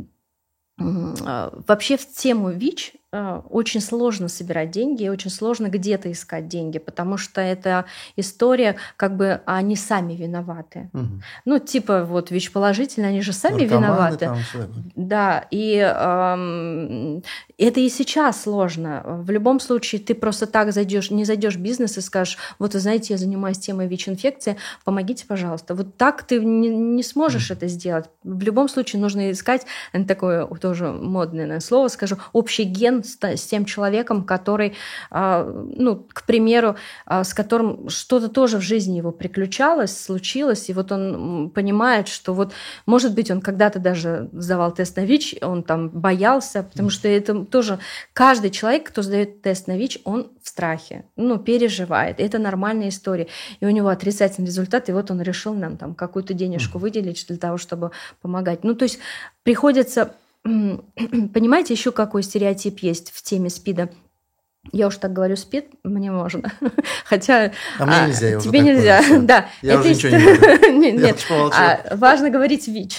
э, вообще в тему ВИЧ очень сложно собирать деньги, и очень сложно где-то искать деньги, потому что это история, как бы они сами виноваты. Угу. Ну, типа, вот ВИЧ-положительные, они же сами наркоманы виноваты. Там, да, и эм, это и сейчас сложно. В любом случае, ты просто так зайдешь, не зайдешь в бизнес и скажешь, вот вы знаете, я занимаюсь темой ВИЧ-инфекции, помогите, пожалуйста. Вот так ты не, не сможешь угу. это сделать. В любом случае нужно искать, такое тоже модное наверное, слово, скажу, общий ген с тем человеком, который, ну, к примеру, с которым что-то тоже в жизни его приключалось, случилось, и вот он понимает, что вот, может быть, он когда-то даже сдавал тест на ВИЧ, он там боялся, потому что это тоже каждый человек, кто сдает тест на ВИЧ, он в страхе, ну, переживает, это нормальная история, и у него отрицательный результат, и вот он решил нам там какую-то денежку выделить для того, чтобы помогать. Ну, то есть приходится... Понимаете, еще какой стереотип есть в теме СПИДа? Я уж так говорю, СПИД, мне можно. Хотя а мне нельзя, я тебе нельзя. Да. Я это уже ничего не говорю. Нет, а, важно говорить ВИЧ.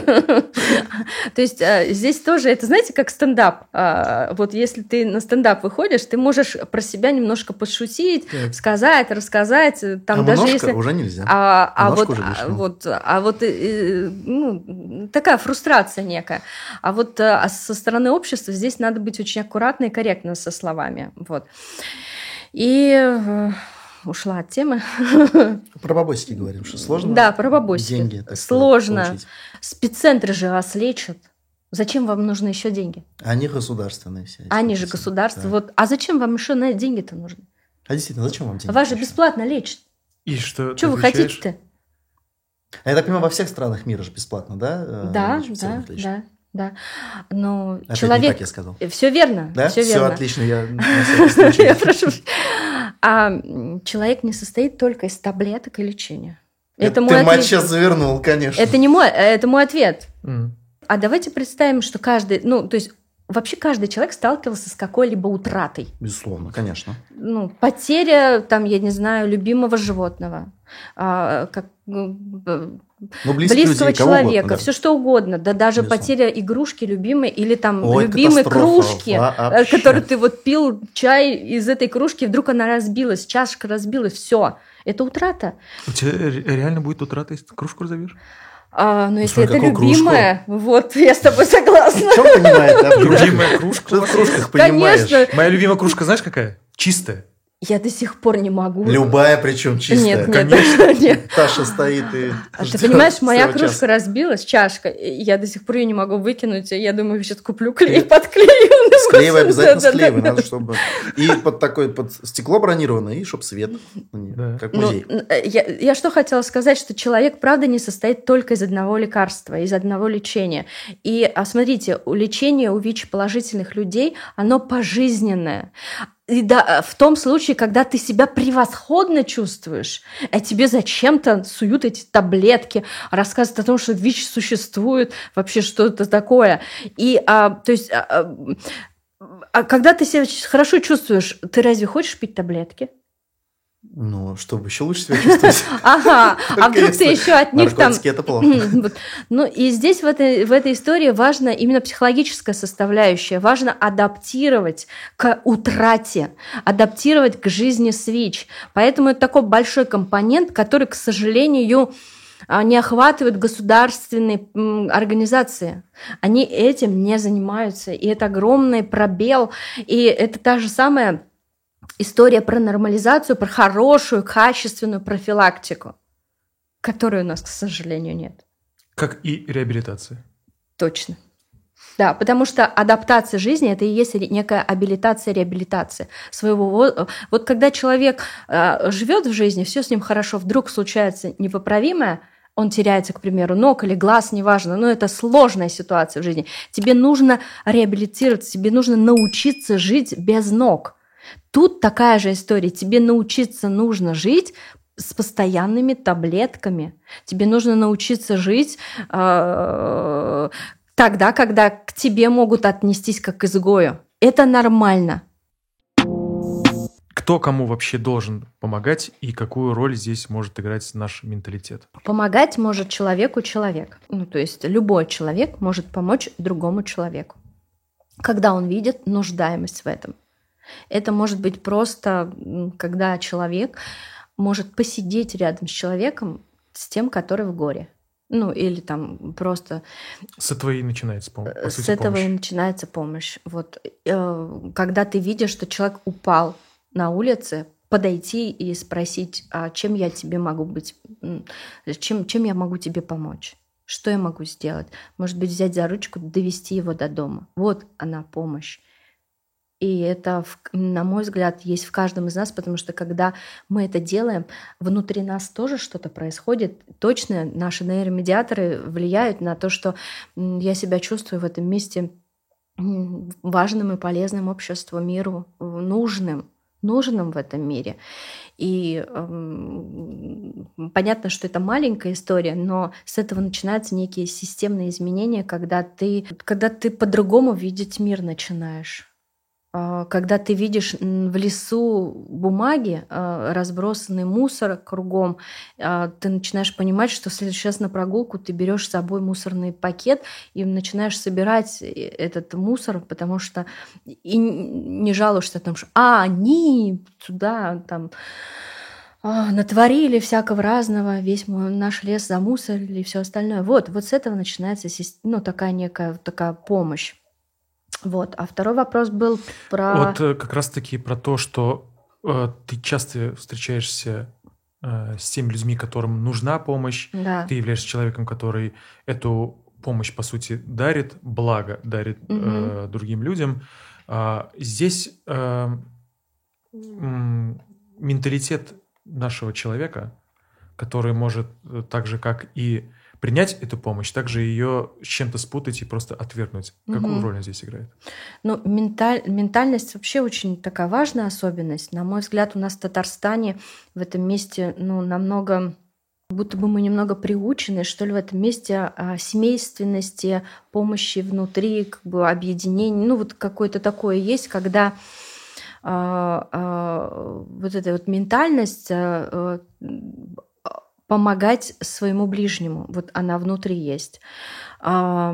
То есть здесь тоже, это знаете, как стендап. Вот если ты на стендап выходишь, ты можешь про себя немножко подшутить, так. сказать, рассказать. Там а даже немножко если... уже нельзя. А, а вот, а, вот, а вот ну, такая фрустрация некая. А вот а со стороны общества здесь надо быть очень аккуратно и корректно со словами. Вот. И э, ушла от темы. Про бабосики говорим, что сложно? Да, про бабосики. Деньги, так сложно. Получить. Спеццентры же вас лечат. Зачем вам нужны еще деньги? Они государственные все. Они же государство. Да. Вот. А зачем вам еще на деньги-то нужны? А действительно, зачем вам деньги? Вас же бесплатно лечат. И что? Что вы хотите-то? А я так понимаю, во всех странах мира же бесплатно, да? Да, да, да. Да, но Опять человек. Не так я сказал. Все верно. Да, все, все верно. Отлично. Я, я прошу. А человек не состоит только из таблеток и лечения. Это, это мой ты ответ. Мать сейчас завернул, конечно. Это не мой, это мой ответ. Mm. А давайте представим, что каждый, ну, то есть вообще каждый человек сталкивался с какой-либо утратой. Безусловно, конечно. Ну, потеря, там, я не знаю, любимого животного, а, как, ну, близкого людей, человека, все что угодно, да даже Безусловно. Потеря игрушки любимой или там Ой, любимой кружки, вообще. Которую ты вот пил чай из этой кружки, вдруг она разбилась, чашка разбилась, все, это утрата. У тебя реально будет утрата, если ты кружку разобьешь? А, ну, если это любимая, кружку? Вот, я с тобой согласна. Что понимает, да? Любимая кружка? Что в кружках понимаешь? Моя любимая кружка, знаешь, какая? Чистая. Я до сих пор не могу. Любая, причем чистая. Нет, нет, нет. Таша стоит и А ты понимаешь, моя кружка часа. разбилась, чашка. Я до сих пор ее не могу выкинуть. Я думаю, сейчас куплю клей, подклею. Склеивай, обязательно склеивай. Надо, чтобы... И под такое, под стекло бронированное, и чтобы свет. Да. Как музей. Ну, я, я что хотела сказать, что человек, правда, не состоит только из одного лекарства, из одного лечения. И, а смотрите, лечение у ВИЧ-положительных людей, оно пожизненное. И да, в том случае, когда ты себя превосходно чувствуешь, а тебе зачем-то суют эти таблетки, рассказывают о том, что ВИЧ существует, вообще что-то такое. И, а, то есть, а, а когда ты себя хорошо чувствуешь, ты разве хочешь пить таблетки? Ну, чтобы еще лучше себя чувствовать. Ага, а вдруг ты еще от них там... Наркотики – это плохо. Ну, и здесь в этой, в этой истории важна именно психологическая составляющая. Важно адаптировать к утрате, адаптировать к жизни с ВИЧ. Поэтому это такой большой компонент, который, к сожалению, не охватывают государственные организации. Они этим не занимаются. И это огромный пробел. И это та же самая... история про нормализацию, про хорошую, качественную профилактику, которой у нас, к сожалению, нет. Как и реабилитация. Точно. Да, потому что адаптация жизни – это и есть некая абилитация, реабилитация своего. Вот когда человек э, живет в жизни, все с ним хорошо, вдруг случается непоправимое, он теряется, к примеру, ног или глаз, неважно, но это сложная ситуация в жизни. Тебе нужно реабилитироваться, тебе нужно научиться жить без ног. Тут такая же история. Тебе научиться нужно жить с постоянными таблетками. Тебе нужно научиться жить э, тогда, когда к тебе могут отнестись как к изгою. Это нормально. Кто кому вообще должен помогать и какую роль здесь может играть наш менталитет? Помогать может человеку человек. Ну, то есть любой человек может помочь другому человеку, когда он видит нуждаемость в этом. Это может быть просто, когда человек может посидеть рядом с человеком, с тем, который в горе. Ну, или там просто... С этого и начинается помощь. По сути, с этого помощь. и начинается помощь. Вот, когда ты видишь, что человек упал на улице, подойти и спросить, а чем я тебе могу быть, чем, чем я могу тебе помочь? Что я могу сделать? Может быть, взять за ручку, довести его до дома. Вот она, помощь. И это, на мой взгляд, есть в каждом из нас, потому что когда мы это делаем, внутри нас тоже что-то происходит. Точно наши нейромедиаторы влияют на то, что я себя чувствую в этом месте важным и полезным обществу, миру, нужным, нужным в этом мире. И э, понятно, что это маленькая история, но с этого начинаются некие системные изменения, когда ты, когда ты по-другому видеть мир начинаешь. Когда ты видишь в лесу бумаги, разбросанный мусор кругом, ты начинаешь понимать, что в следующий раз на прогулку ты берешь с собой мусорный пакет и начинаешь собирать этот мусор, потому что и не жалуешься о том, что а, они туда там натворили всякого разного, весь мой, наш лес замусорили и все остальное. Вот, вот с этого начинается, ну, такая некая такая помощь. Вот. А второй вопрос был про... Вот как раз-таки про то, что э, ты часто встречаешься э, с теми людьми, которым нужна помощь. Да. Ты являешься человеком, который эту помощь, по сути, дарит, благо дарит угу. э, другим людям. А здесь э, м, менталитет нашего человека, который может так же, как и принять эту помощь, также ее с чем-то спутать и просто отвергнуть. Какую угу. роль она здесь играет? Ну, менталь... ментальность вообще очень такая важная особенность. На мой взгляд, у нас в Татарстане в этом месте ну, намного... Будто бы мы немного приучены, что ли, в этом месте семейственности, помощи внутри, как бы объединения. Ну, вот какое-то такое есть, когда а, а, вот эта вот ментальность... А, помогать своему ближнему. Вот она внутри есть. И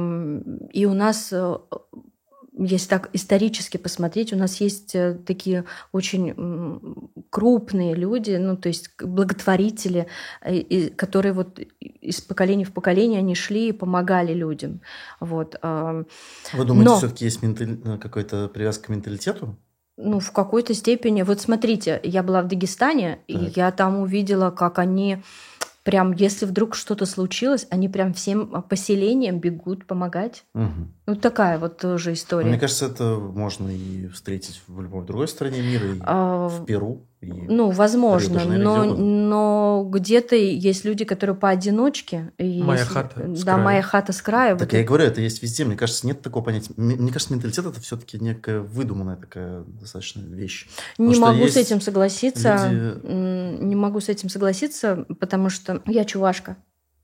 у нас, если так исторически посмотреть, у нас есть такие очень крупные люди, ну, то есть благотворители, которые вот из поколения в поколение они шли и помогали людям. Вот. Вы думаете, Но... все-таки есть менталь... какая-то привязка к менталитету? Ну, в какой-то степени. Вот смотрите, я была в Дагестане, так. и я там увидела, как они прям, если вдруг что-то случилось, они прям всем поселениям бегут помогать. Угу. Вот такая вот тоже история. Мне кажется, это можно и встретить в любой другой стране мира, и а, в Перу. И ну, возможно, но, но где-то есть люди, которые поодиночке. Моя есть, хата да, с краю. моя хата с краю. Так вот я это. и говорю, это есть везде. Мне кажется, нет такого понятия. Мне кажется, менталитет – это все-таки некая выдуманная такая достаточно вещь. Не могу с этим согласиться. Люди... Не могу с этим согласиться, потому что я чувашка.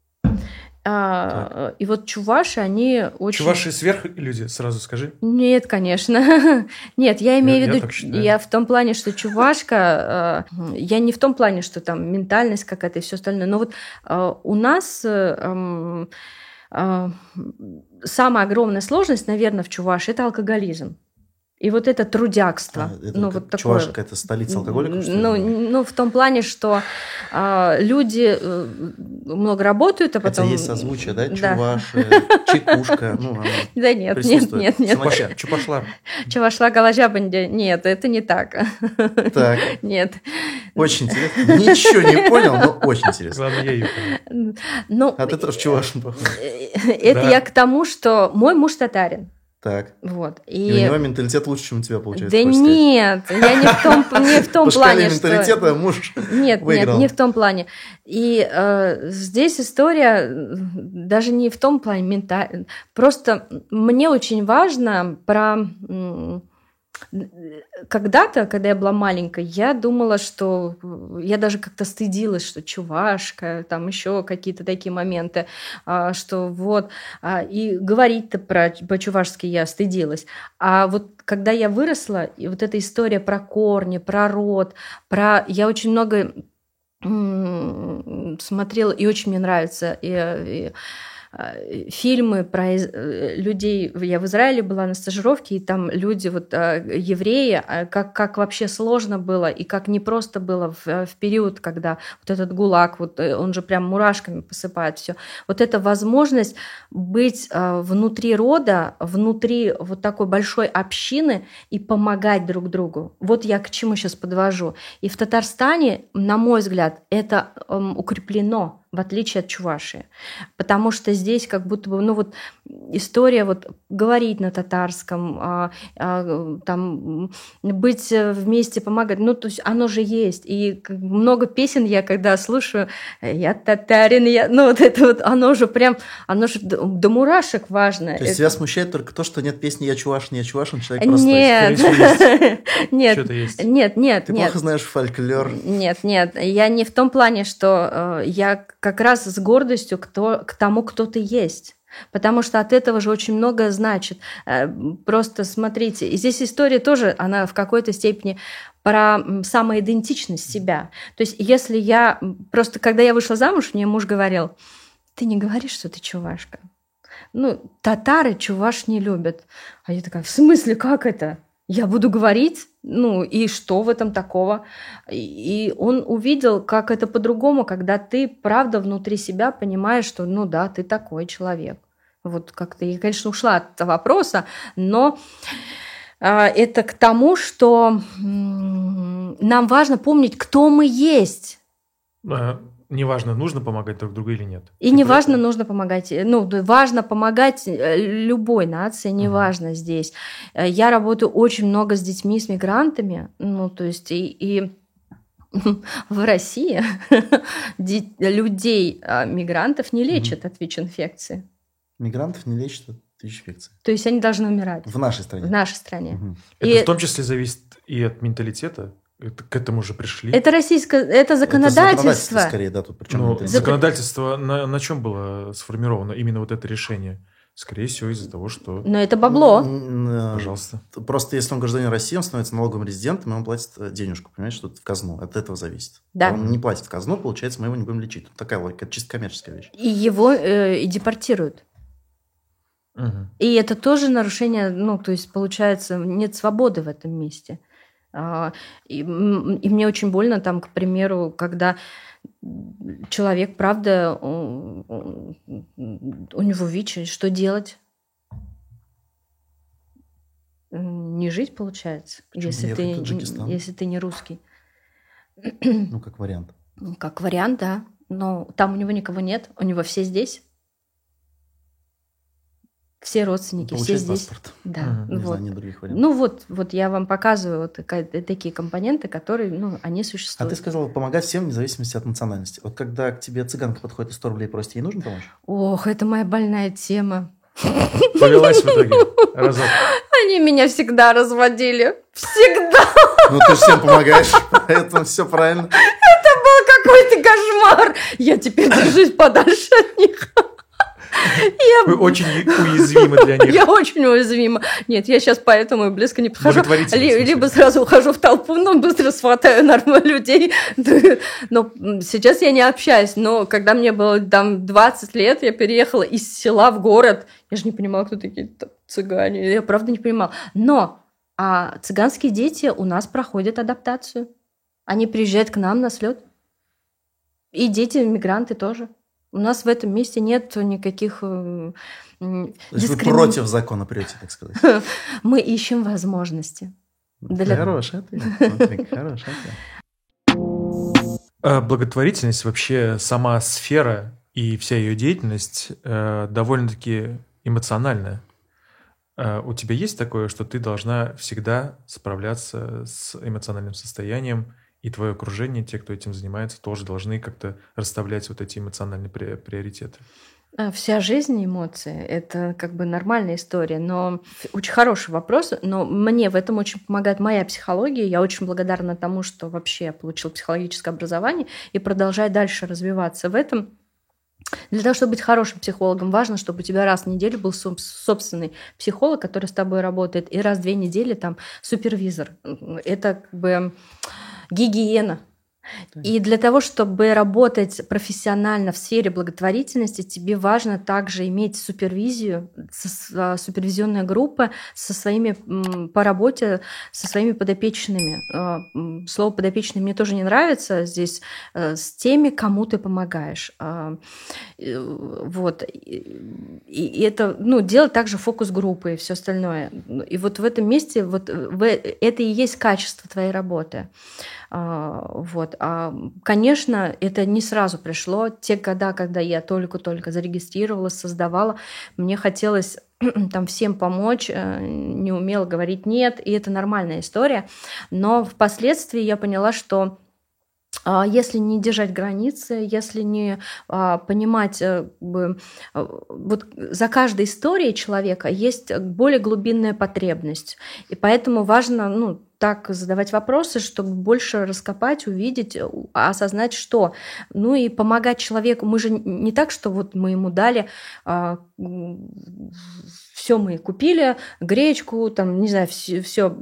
А, и вот чуваши, они очень... Чуваши сверхлюди, сразу скажи. Нет, конечно. Нет, я имею я, в виду, я, я в том плане, что чувашка, э, я не в том плане, что там ментальность какая-то и все остальное, но вот э, у нас э, э, самая огромная сложность, наверное, в Чувашии – это алкоголизм. И вот это трудягство. А, это ну, как вот Чувашия такое. какая-то столица алкоголиков, что ли? Ну, ну, в том плане, что э, люди э, много работают, а потом... Хотя есть созвучие, да? Чуваши, чекушка. Ну, да нет, нет, нет, нет. Чупашла. Чувашла галожабанди. Нет, это не так. Так. Нет. Очень интересно. Ничего не понял, но очень интересно. Ладно, я ее понял. Ну, а ты тоже чувашин, походу. Это я к тому, что мой муж татарин. Так. Вот. И... и у него менталитет лучше, чем у тебя, получается. Да нет, я не в том, не в том плане, что... менталитета муж Нет, выиграл. нет, не в том плане. И э, здесь история даже не в том плане ментально. Просто мне очень важно про... Когда-то, когда я была маленькой, я думала, что я даже как-то стыдилась, что чувашка, там еще какие-то такие моменты, что вот, и говорить-то про, по-чувашски я стыдилась. А вот когда я выросла, и вот эта история про корни, про род, про... Я очень много смотрела, и очень мне нравится, и, и фильмы про людей. Я в Израиле была на стажировке, и там люди, вот евреи, как, как вообще сложно было, и как непросто было в, в период, когда вот этот ГУЛАГ, вот он же прям мурашками посыпает все. Вот эта возможность быть внутри рода, внутри вот такой большой общины и помогать друг другу. Вот я к чему сейчас подвожу. И в Татарстане, на мой взгляд, это укреплено, в отличие от Чувашии. Потому что здесь как будто бы, ну вот история вот говорить на татарском, а, а, там быть вместе, помогать, ну то есть оно же есть. И много песен я когда слушаю, я татарин, я, ну вот это вот, оно же прям, оно же до, до мурашек важно. То есть это... тебя смущает только то, что нет песни «Я чувашин, я чувашин», человек просто... Нет, нет, нет, нет. Ты плохо знаешь фольклор. Нет, нет, я не в том плане, что я как раз с гордостью кто, к тому, кто ты есть. Потому что от этого же очень многое значит. Просто смотрите, и здесь история тоже, она в какой-то степени про самоидентичность себя. То есть если я... Просто когда я вышла замуж, мне муж говорил, ты не говоришь, что ты чувашка. Ну, татары чуваш не любят. А я такая, в смысле, как это? Я буду говорить, ну и что в этом такого? И он увидел, как это по-другому, когда ты, правда, внутри себя понимаешь, что, ну да, ты такой человек. Вот как-то я, конечно, ушла от вопроса, но а, это к тому, что м- нам важно помнить, кто мы есть. Неважно, нужно помогать друг другу или нет. И неважно, нужно помогать. Ну, важно помогать любой нации, неважно uh-huh. здесь. Я работаю очень много с детьми, с мигрантами. Ну, то есть и, и в России людей, мигрантов не лечат uh-huh. от ВИЧ-инфекции. Мигрантов не лечат от ВИЧ-инфекции? То есть они должны умирать. В нашей стране? В нашей стране. Uh-huh. Это и... в том числе зависит и от менталитета. Это, к этому же пришли. Это российское, это законодательство. Это законодательство скорее, да, тут причем. Ну, законодательство на, на чем было сформировано именно вот это решение? Скорее всего, из-за того, что... Но это бабло. Пожалуйста. Просто если он гражданин России, он становится налоговым резидентом, и он платит денежку, понимаешь, что в казну. От этого зависит. Да. Он не платит в казну, получается, мы его не будем лечить. Такая логика, это чисто коммерческая вещь. И его э, и депортируют. Угу. И это тоже нарушение, ну, то есть, получается, нет свободы в этом месте. И, и мне очень больно там, к примеру, когда человек, правда, у, у, у него ВИЧ, что делать? не жить, получается, если ты, если ты не русский. Ну, как вариант. Как вариант, да. Но там у него никого нет, у него все здесь. Все родственники, Получать все здесь. Паспорт. Да. Угу. Вот. Не других вариантов. Ну вот, вот я вам показываю вот такие компоненты, которые, ну, они существуют. А ты сказала, помогать всем вне зависимости от национальности. Вот когда к тебе цыганка подходит и сто рублей просит, ей нужно помочь? Ох, это моя больная тема. Повелась в итоге разок. Они меня всегда разводили. Всегда. Ну ты же всем помогаешь, поэтому все правильно. Это был какой-то кошмар. Я теперь держусь подальше от них. Я... Вы очень уязвимы для них. Я очень уязвима. Нет, я сейчас поэтому и близко не подхожу. Ли, либо сразу ухожу в толпу, но быстро схватаю нормально людей. Но сейчас я не общаюсь. Но когда мне было там двадцать лет, я переехала из села в город. Я же не понимала, кто такие цыгане. Я правда не понимала. Но а цыганские дети у нас проходят адаптацию. Они приезжают к нам на слет. И дети-мигранты тоже. У нас в этом месте нет никаких э, дискриминаций. То есть вы против закона прете, так сказать? Мы ищем возможности. Для... Хороший ответ. Смотри, хороший ответ. Благотворительность, вообще сама сфера и вся ее деятельность э, довольно-таки эмоциональная. Э, у тебя есть такое, что ты должна всегда справляться с эмоциональным состоянием, и твое окружение, те, кто этим занимается, тоже должны как-то расставлять вот эти эмоциональные приоритеты? Вся жизнь эмоции – это как бы нормальная история, но очень хороший вопрос, но мне в этом очень помогает моя психология. Я очень благодарна тому, что вообще я получила психологическое образование и продолжаю дальше развиваться в этом. Для того, чтобы быть хорошим психологом, важно, чтобы у тебя раз в неделю был собственный психолог, который с тобой работает, и раз в две недели там супервизор. Это как бы гигиена. И для того, чтобы работать профессионально в сфере благотворительности, тебе важно также иметь супервизию, супервизионная группа со своими, по работе со своими подопечными. Слово «подопечный» мне тоже не нравится здесь, с теми, кому ты помогаешь. Вот. И это, ну, делать также фокус-группы и все остальное. И вот в этом месте вот это и есть качество твоей работы. Вот. А, конечно, это не сразу пришло. Те года, когда я только-только зарегистрировалась, создавала, мне хотелось там всем помочь, не умела говорить «нет», и это нормальная история. Но впоследствии я поняла, что если не держать границы, если не а, понимать, а, вот за каждой историей человека есть более глубинная потребность. И поэтому важно, ну, так задавать вопросы, чтобы больше раскопать, увидеть, осознать, что. Ну и помогать человеку. Мы же не так, что вот мы ему дали... А, все мы купили, гречку, там, не знаю, все... все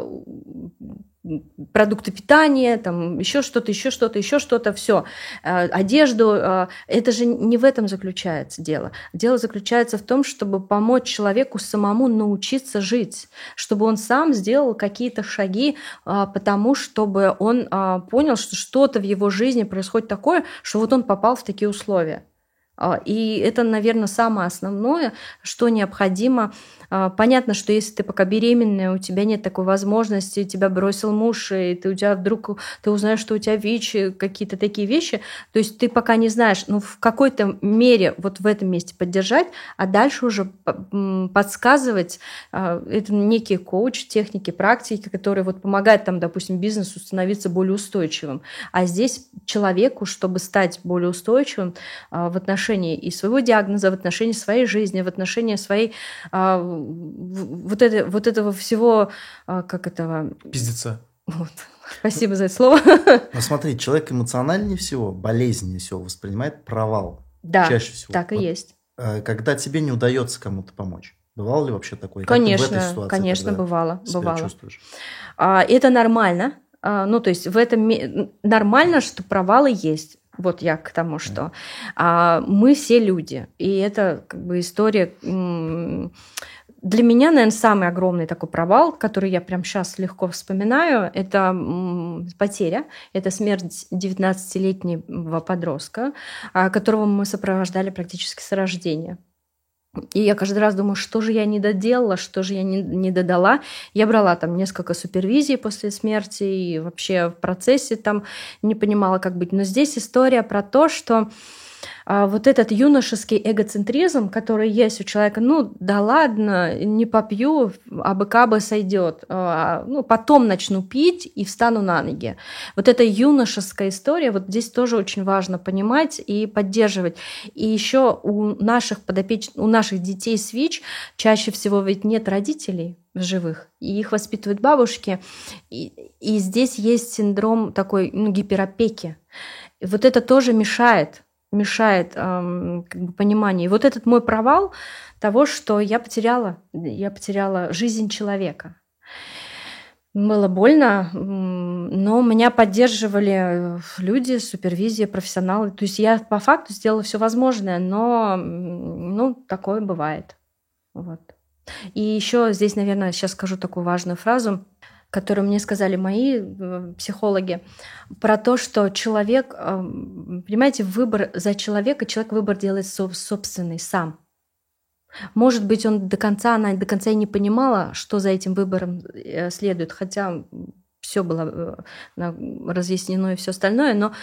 продукты питания, там еще что-то, еще что-то, еще что-то, все, одежду. Это же не в этом заключается дело. Дело заключается в том, чтобы помочь человеку самому научиться жить, чтобы он сам сделал какие-то шаги, потому чтобы он понял, что что-то в его жизни происходит такое, что вот он попал в такие условия. И это, наверное, самое основное, что необходимо. Понятно, что если ты пока беременная, у тебя нет такой возможности, тебя бросил муж, и ты, у тебя вдруг ты узнаешь, что у тебя ВИЧ, какие-то такие вещи, то есть ты пока не знаешь, ну, в какой-то мере вот в этом месте поддержать, а дальше уже подсказывать. Это некие коучи, техники, практики, которые вот помогают, там, допустим, бизнесу становиться более устойчивым. А здесь человеку, чтобы стать более устойчивым в отношении и своего диагноза, в отношении своей жизни, в отношении своей вот, это, вот этого всего, как этого... Пиздеца. Вот. Спасибо за это слово. Но смотри, человек эмоциональнее всего, болезненнее всего воспринимает провал. Да, чаще всего. Так и вот, есть. Когда тебе не удается кому-то помочь. Бывало ли вообще такое? Конечно, как ты в этой ситуации, конечно, бывало. бывало. Чувствуешь? Это нормально. Ну, то есть в этом нормально, что провалы есть. Вот я к тому, что а, мы все люди. И это как бы история... М- для меня, наверное, самый огромный такой провал, который я прямо сейчас легко вспоминаю, это м- потеря. Это смерть девятнадцатилетнего подростка, а, которого мы сопровождали практически с рождения. И я каждый раз думаю, что же я не доделала, что же я не, не додала. Я брала там несколько супервизий после смерти и вообще в процессе там не понимала, как быть. Но здесь история про то, что а, вот этот юношеский эгоцентризм, который есть у человека, ну да ладно, не попью, абы-кабы сойдет. А, ну, потом начну пить и встану на ноги. Вот эта юношеская история, вот здесь тоже очень важно понимать и поддерживать. И еще у наших подопечных, у наших детей с ВИЧ чаще всего ведь нет родителей живых, и их воспитывают бабушки. И, и здесь есть синдром такой, ну, гиперопеки. И вот это тоже мешает мешает эм, как бы пониманию. И вот этот мой провал того, что я потеряла, я потеряла жизнь человека. Было больно, но меня поддерживали люди, супервизия, профессионалы. То есть я по факту сделала все возможное, но ну, такое бывает. Вот. И еще здесь, наверное, сейчас скажу такую важную фразу, которую мне сказали мои психологи, про то, что человек, понимаете, выбор за человека, человек выбор делает собственный сам. Может быть, он до конца, она до конца и не понимала, что за этим выбором следует, хотя все было разъяснено и все остальное, но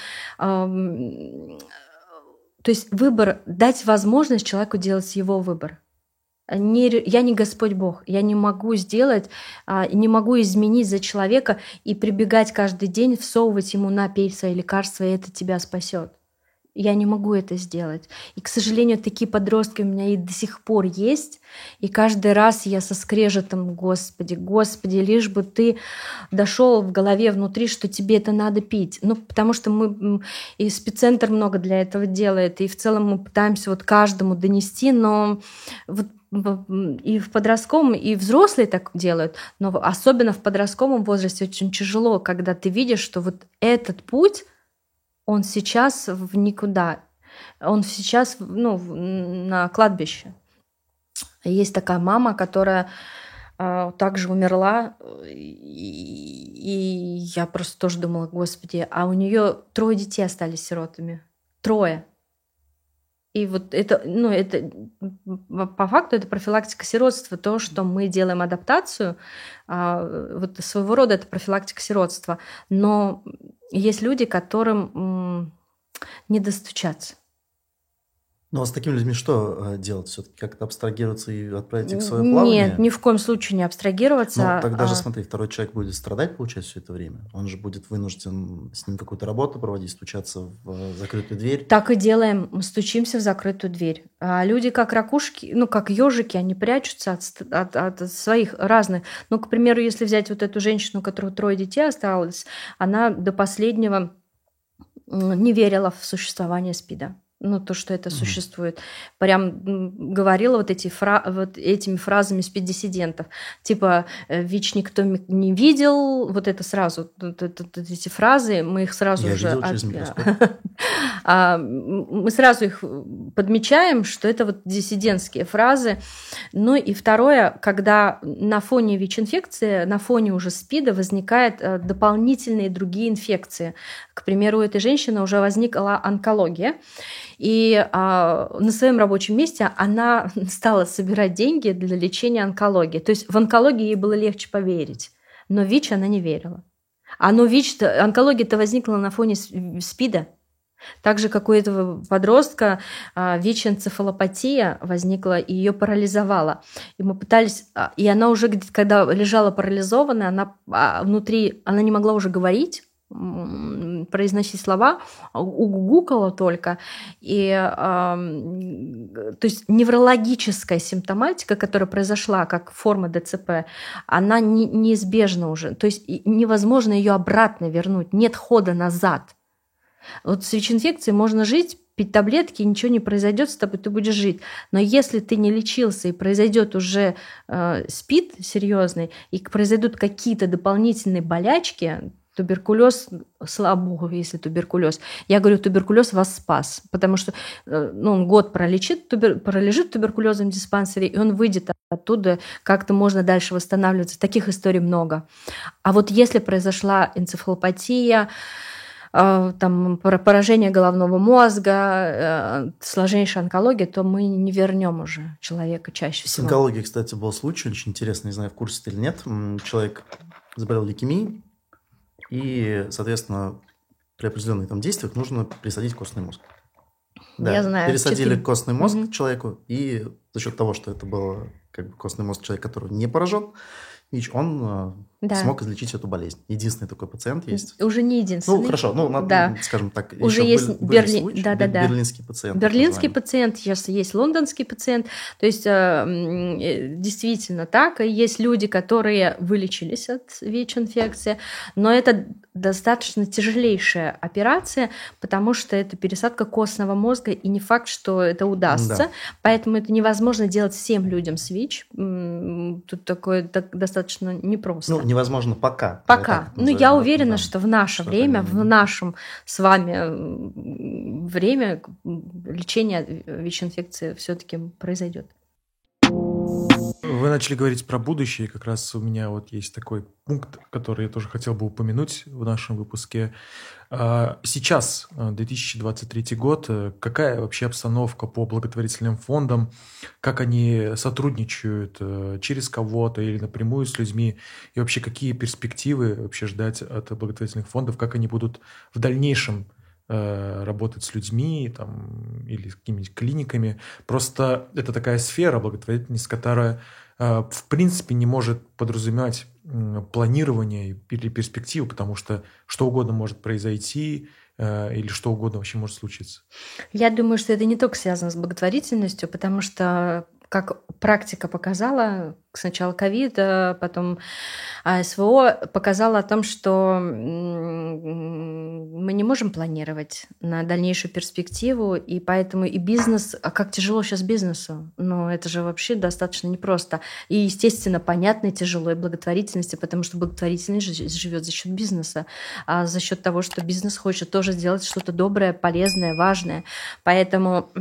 то есть выбор, дать возможность человеку делать его выбор. Не, я не Господь Бог, я не могу сделать, не могу изменить за человека и прибегать каждый день, всовывать ему на пей свои лекарства, и это тебя спасет. Я не могу это сделать. И, к сожалению, такие подростки у меня и до сих пор есть. И каждый раз я со скрежетом: Господи, Господи, лишь бы ты дошел в голове внутри, что тебе это надо пить. Ну, потому что мы и спеццентр много для этого делает, и в целом мы пытаемся вот каждому донести, но вот и в подростковом, и взрослые так делают, но особенно в подростковом возрасте очень тяжело, когда ты видишь, что вот этот путь, он сейчас в никуда, он сейчас, ну, на кладбище. Есть такая мама, которая э, также умерла, и, и я просто тоже думала: Господи, а у нее трое детей остались сиротами, трое. И вот это, ну, это по факту это профилактика сиротства, то, что мы делаем адаптацию, вот своего рода это профилактика сиротства. Но есть люди, которым не достучаться. Ну а с такими людьми что делать? Все-таки как-то абстрагироваться и отправить их в свое плавание? Нет, ни в коем случае не абстрагироваться. Ну, тогда же, а... смотри, второй человек будет страдать, получается, все это время. Он же будет вынужден с ним какую-то работу проводить, стучаться в закрытую дверь. Так и делаем, мы стучимся в закрытую дверь. А люди как ракушки, ну как ежики, они прячутся от, от, от своих разных. Ну, к примеру, если взять вот эту женщину, у которой трое детей осталось, она до последнего не верила в существование СПИДа. Ну, то, что это mm-hmm. существует. Прям говорила вот, эти фра- вот этими фразами спид-диссидентов. Типа «ВИЧ никто не видел». Вот это сразу, вот, вот, вот эти фразы, мы их сразу Я уже... видел через микроскоп. Мы сразу их подмечаем, что это вот диссидентские фразы. Ну и второе, когда на фоне ВИЧ-инфекции, на фоне уже СПИДа возникают дополнительные другие инфекции. К примеру, у этой женщины уже возникла онкология. И а, на своем рабочем месте она стала собирать деньги для лечения онкологии. То есть в онкологии ей было легче поверить, но в ВИЧ она не верила. А но ВИЧ-то, онкология-то возникла на фоне СПИДа. Так же, как у этого подростка а, ВИЧ-энцефалопатия возникла и ее парализовала. И мы пытались, и она уже, когда лежала парализованная, она а, внутри, она не могла уже говорить, произносить слова, угукала только. И, э, то есть неврологическая симптоматика, которая произошла как форма ДЦП, она не, неизбежна уже. То есть невозможно ее обратно вернуть, нет хода назад. Вот с ВИЧ-инфекцией можно жить, пить таблетки, ничего не произойдет с тобой, ты будешь жить. Но если ты не лечился и произойдет уже э, СПИД серьезный, и произойдут какие-то дополнительные болячки, туберкулез, слава богу, если туберкулез. Я говорю, туберкулез вас спас, потому что ну, он год пролечит, тубер, пролежит в туберкулезном диспансере, и он выйдет оттуда, как-то можно дальше восстанавливаться. Таких историй много. А вот если произошла энцефалопатия, там поражение головного мозга, сложнейшая онкология, то мы не вернем уже человека чаще всего. С онкологией, кстати, был случай очень интересный, не знаю, в курсе ты или нет. Человек заболел лейкемией, и, соответственно, при определенных там действиях нужно пересадить костный мозг. Да, я знаю. Пересадили четыре. костный мозг угу. человеку, и за счет того, что это был как бы костный мозг человека, который не поражен, ВИЧ, он да. смог излечить эту болезнь. Единственный такой пациент есть. Уже не единственный. Ну, хорошо, ну, надо, да. скажем так, уже еще есть были, были Берли... случаи, да, да, да. берлинский пациент. Берлинский пациент, сейчас есть лондонский пациент. То есть действительно так. И есть люди, которые вылечились от ВИЧ-инфекции, но это достаточно тяжелейшая операция, потому что это пересадка костного мозга, и не факт, что это удастся. Да. Поэтому это невозможно делать всем людям с ВИЧ. Тут такое так, достаточно непросто. Ну, невозможно пока. Пока. Ну, я уверена, да, что в наше что время, в нашем с вами время лечение ВИЧ-инфекции все-таки произойдет. Вы начали говорить про будущее, как раз у меня вот есть такой пункт, который я тоже хотел бы упомянуть в нашем выпуске. Сейчас, две тысячи двадцать третий год, какая вообще обстановка по благотворительным фондам, как они сотрудничают, через кого-то или напрямую с людьми, и вообще какие перспективы вообще ждать от благотворительных фондов, как они будут в дальнейшем работать с людьми там, или с какими-нибудь клиниками. Просто это такая сфера благотворительности, которая в принципе не может подразумевать планирование или перспективу, потому что что угодно может произойти или что угодно вообще может случиться. Я думаю, что это не только связано с благотворительностью, потому что, как практика показала, сначала ковид, потом СВО, показала о том, что мы не можем планировать на дальнейшую перспективу, и поэтому и бизнес, а как тяжело сейчас бизнесу, ну это же вообще достаточно непросто. И, естественно, понятно и тяжело и благотворительности, потому что благотворительность живет за счет бизнеса, а за счет того, что бизнес хочет тоже сделать что-то доброе, полезное, важное. Поэтому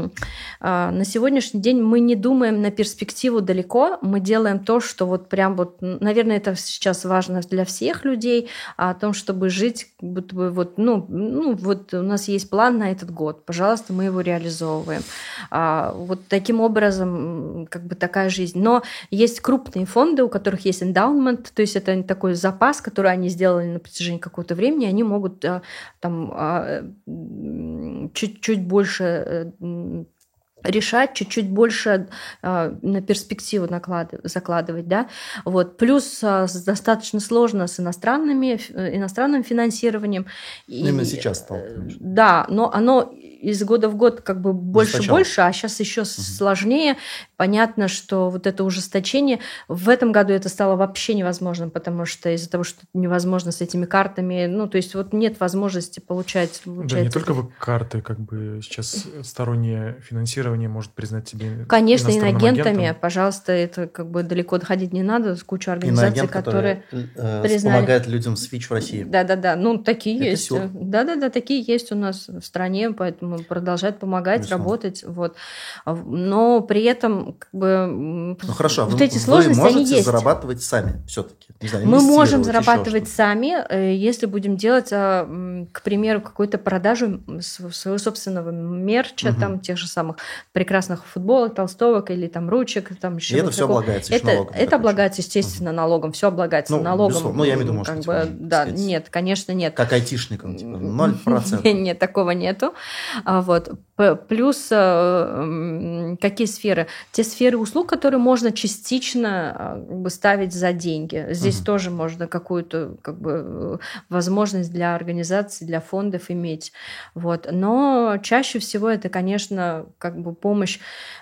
на сегодняшний день мы не думаем на перспективу далеко, мы делаем то, что вот прям вот, наверное, это сейчас важно для всех людей, о том, чтобы жить, будто бы вот, ну, ну, вот у нас есть план на этот год, пожалуйста, мы его реализовываем. А, вот таким образом, как бы такая жизнь. Но есть крупные фонды, у которых есть эндаумент, то есть это такой запас, который они сделали на протяжении какого-то времени, они могут там чуть-чуть больше решать, чуть-чуть больше э, на перспективу накладывать, закладывать, да, вот. Плюс э, достаточно сложно с иностранными, э, иностранным финансированием. Именно и, сейчас стало. Да, но оно из года в год как бы больше и больше, а сейчас еще угу. сложнее. Понятно, что вот это ужесточение в этом году это стало вообще невозможным, потому что из-за того, что невозможно с этими картами, ну, то есть вот нет возможности получать... Да, не только вы карты, как бы сейчас стороннее финансирование может признать тебе конечно, инагентами, агентом. Пожалуйста, это как бы далеко доходить не надо, с кучей организаций, Иноагент, которые э, признали... помогает людям с ВИЧ в России. Да-да-да, ну, такие это есть. Сюр. Да-да-да, такие есть у нас в стране, поэтому продолжают помогать, Безусловно. работать, вот. Но при этом как бы ну, хорошо, вот вы, эти сложности, вы они есть. зарабатывать сами все-таки? Не знаю, мы можем зарабатывать сами, если будем делать, к примеру, какую-то продажу своего собственного мерча, угу. там, тех же самых прекрасных футболок, толстовок или там ручек. Там, еще и это вот все такого. облагается это, налогом? Это облагается, естественно, угу. налогом. Все облагается ну, налогом. Безусловно. Ну, я имею в виду, может как быть, бы, вам, да, сказать, нет, конечно, нет. Как айтишникам, типа, ноль процентов. Нет, такого нету. Вот. Плюс какие сферы? Те сферы услуг, которые можно частично ставить за деньги. Здесь угу. тоже можно какую-то как бы возможность для организаций, для фондов иметь. Вот. Но чаще всего это, конечно, как бы помощь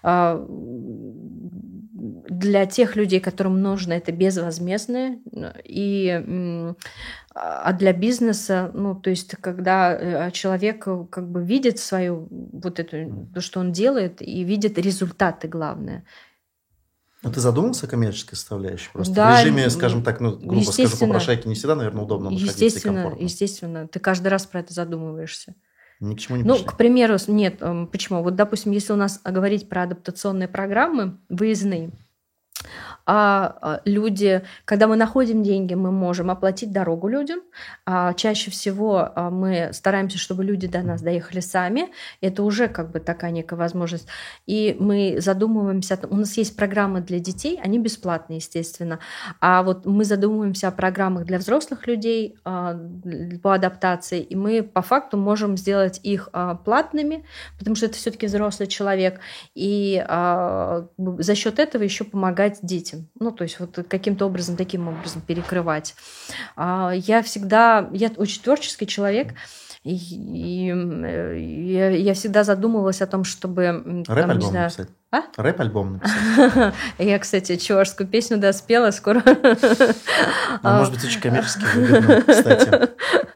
для тех людей, которым нужно, это безвозмездное. И, а для бизнеса, ну, то есть, когда человек как бы видит свою, вот эту, то, что он делает, и видит результаты, главное. А ты задумался о коммерческой составляющей? Просто да, в режиме, скажем так, ну, грубо скажу, попрошайки не всегда, наверное, удобно находиться и комфортно. Естественно, ты каждый раз про это задумываешься. Ни к чему не Ну, пришли. к примеру, нет, почему? Вот, допустим, если у нас говорить про адаптационные программы выездные, а люди, когда мы находим деньги, мы можем оплатить дорогу людям. А чаще всего мы стараемся, чтобы люди до нас доехали сами. Это уже как бы такая некая возможность. И мы задумываемся, у нас есть программы для детей, они бесплатные, естественно. А вот мы задумываемся о программах для взрослых людей по адаптации, и мы по факту можем сделать их платными, потому что это все-таки взрослый человек, и а, за счет этого еще помогать детям. Ну, то есть вот каким-то образом, таким образом перекрывать. А, я всегда, я очень творческий человек, и, и я, я всегда задумывалась о том, чтобы... Рэп-альбом написать? А? Рэп-альбом написать. Я, кстати, чувашскую песню доспела скоро. Может быть, очень коммерчески выгодно, кстати.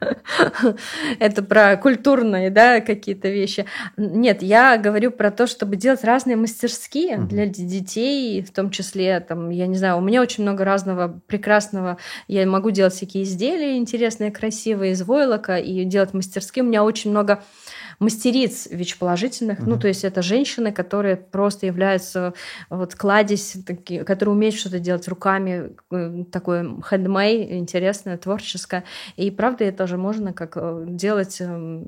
Это про культурные, да, какие-то вещи. Нет, я говорю про то, чтобы делать разные мастерские mm-hmm. для детей, в том числе, там, я не знаю, у меня очень много разного прекрасного. Я могу делать всякие изделия интересные, красивые из войлока и делать мастерские. У меня очень много мастериц ВИЧ-положительных, mm-hmm. ну, то есть это женщины, которые просто являются вот кладезь, такие, которые умеют что-то делать руками, такое handmade, интересное, творческое. И правда, это же можно как делать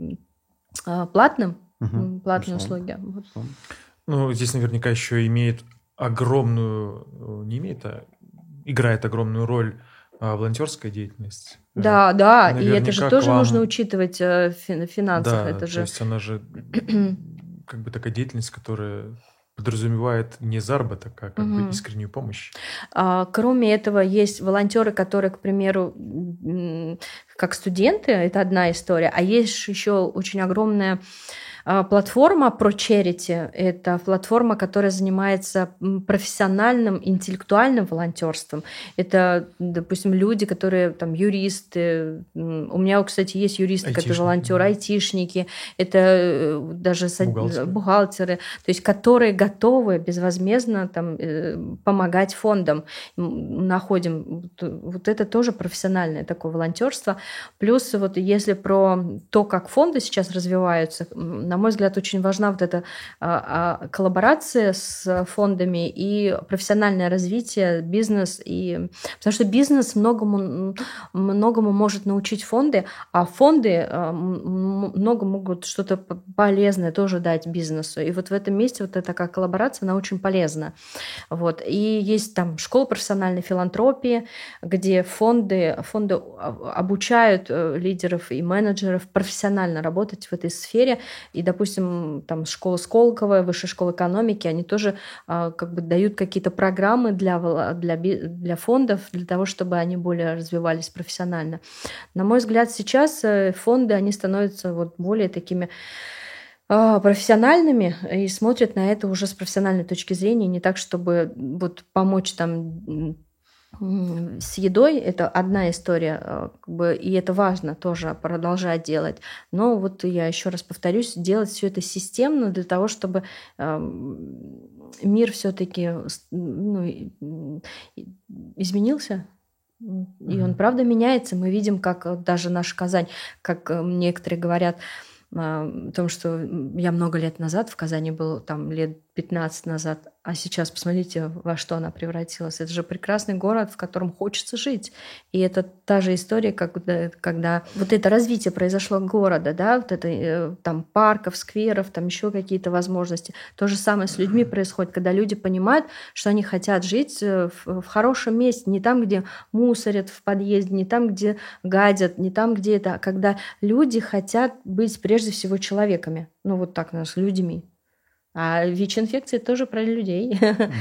платным, mm-hmm. платные mm-hmm. услуги. Вот. Ну, здесь наверняка еще имеет огромную, не имеет, а играет огромную роль волонтерская деятельность. Да, да, наверняка, и это же тоже вам... нужно учитывать в финансах. Да, это же... то есть она же как бы такая деятельность, которая подразумевает не заработок, а как угу. бы искреннюю помощь. А, кроме этого, есть волонтеры, которые, к примеру, как студенты, это одна история, а есть еще очень огромная платформа ProCharity. Это платформа, которая занимается профессиональным, интеллектуальным волонтерством. Это, допустим, люди, которые там юристы. У меня, кстати, есть юристы, айтишники. Которые волонтеры, айтишники. Это даже бухгалтеры. бухгалтеры, то есть которые готовы безвозмездно там, помогать фондам. Находим. Вот это тоже профессиональное такое волонтерство. Плюс вот если про то, как фонды сейчас развиваются, на мой взгляд, очень важна вот эта а, а, коллаборация с фондами и профессиональное развитие, бизнес. И... Потому что бизнес многому, многому может научить фонды, а фонды а, много могут что-то полезное тоже дать бизнесу. И вот в этом месте вот эта такая коллаборация, она очень полезна. Вот. И есть там школа профессиональной филантропии, где фонды, фонды обучают лидеров и менеджеров профессионально работать в этой сфере. И, допустим, там школа Сколково, высшая школа экономики, они тоже а, как бы дают какие-то программы для, для, для фондов, для того, чтобы они более развивались профессионально. На мой взгляд, сейчас фонды, они становятся вот более такими а, профессиональными и смотрят на это уже с профессиональной точки зрения, не так, чтобы вот помочь там с едой. Это одна история, как бы, и это важно тоже продолжать делать. Но вот я еще раз повторюсь, делать все это системно для того, чтобы э, мир все-таки ну, изменился. И он правда меняется. Мы видим, как даже наша Казань, как некоторые говорят, о том, что я много лет назад в Казани был, там лет пятнадцать назад, а сейчас посмотрите, во что она превратилась. Это же прекрасный город, в котором хочется жить. И это та же история, когда, когда вот это развитие произошло города, да, вот это там парков, скверов, там еще какие-то возможности. То же самое с людьми происходит, когда люди понимают, что они хотят жить в, в хорошем месте, не там, где мусорят в подъезде, не там, где гадят, не там, где это, а когда люди хотят быть прежде всего человеками. Ну вот так, нас, людьми. А ВИЧ-инфекция тоже про людей.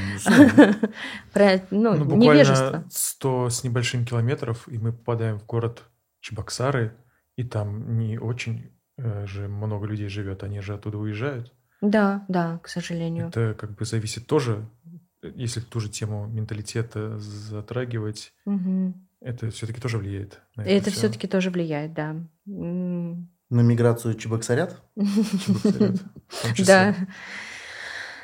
Про ну, ну, невежество. Буквально сто с небольшим километров, и мы попадаем в город Чебоксары, и там не очень э, же много людей живет, они же оттуда уезжают. Да, да, к сожалению. Это как бы зависит тоже, если ту же тему менталитета затрагивать, угу. это все-таки тоже влияет. На это это все-таки тоже влияет, да. На миграцию чебоксарят? Чебоксарят. Да.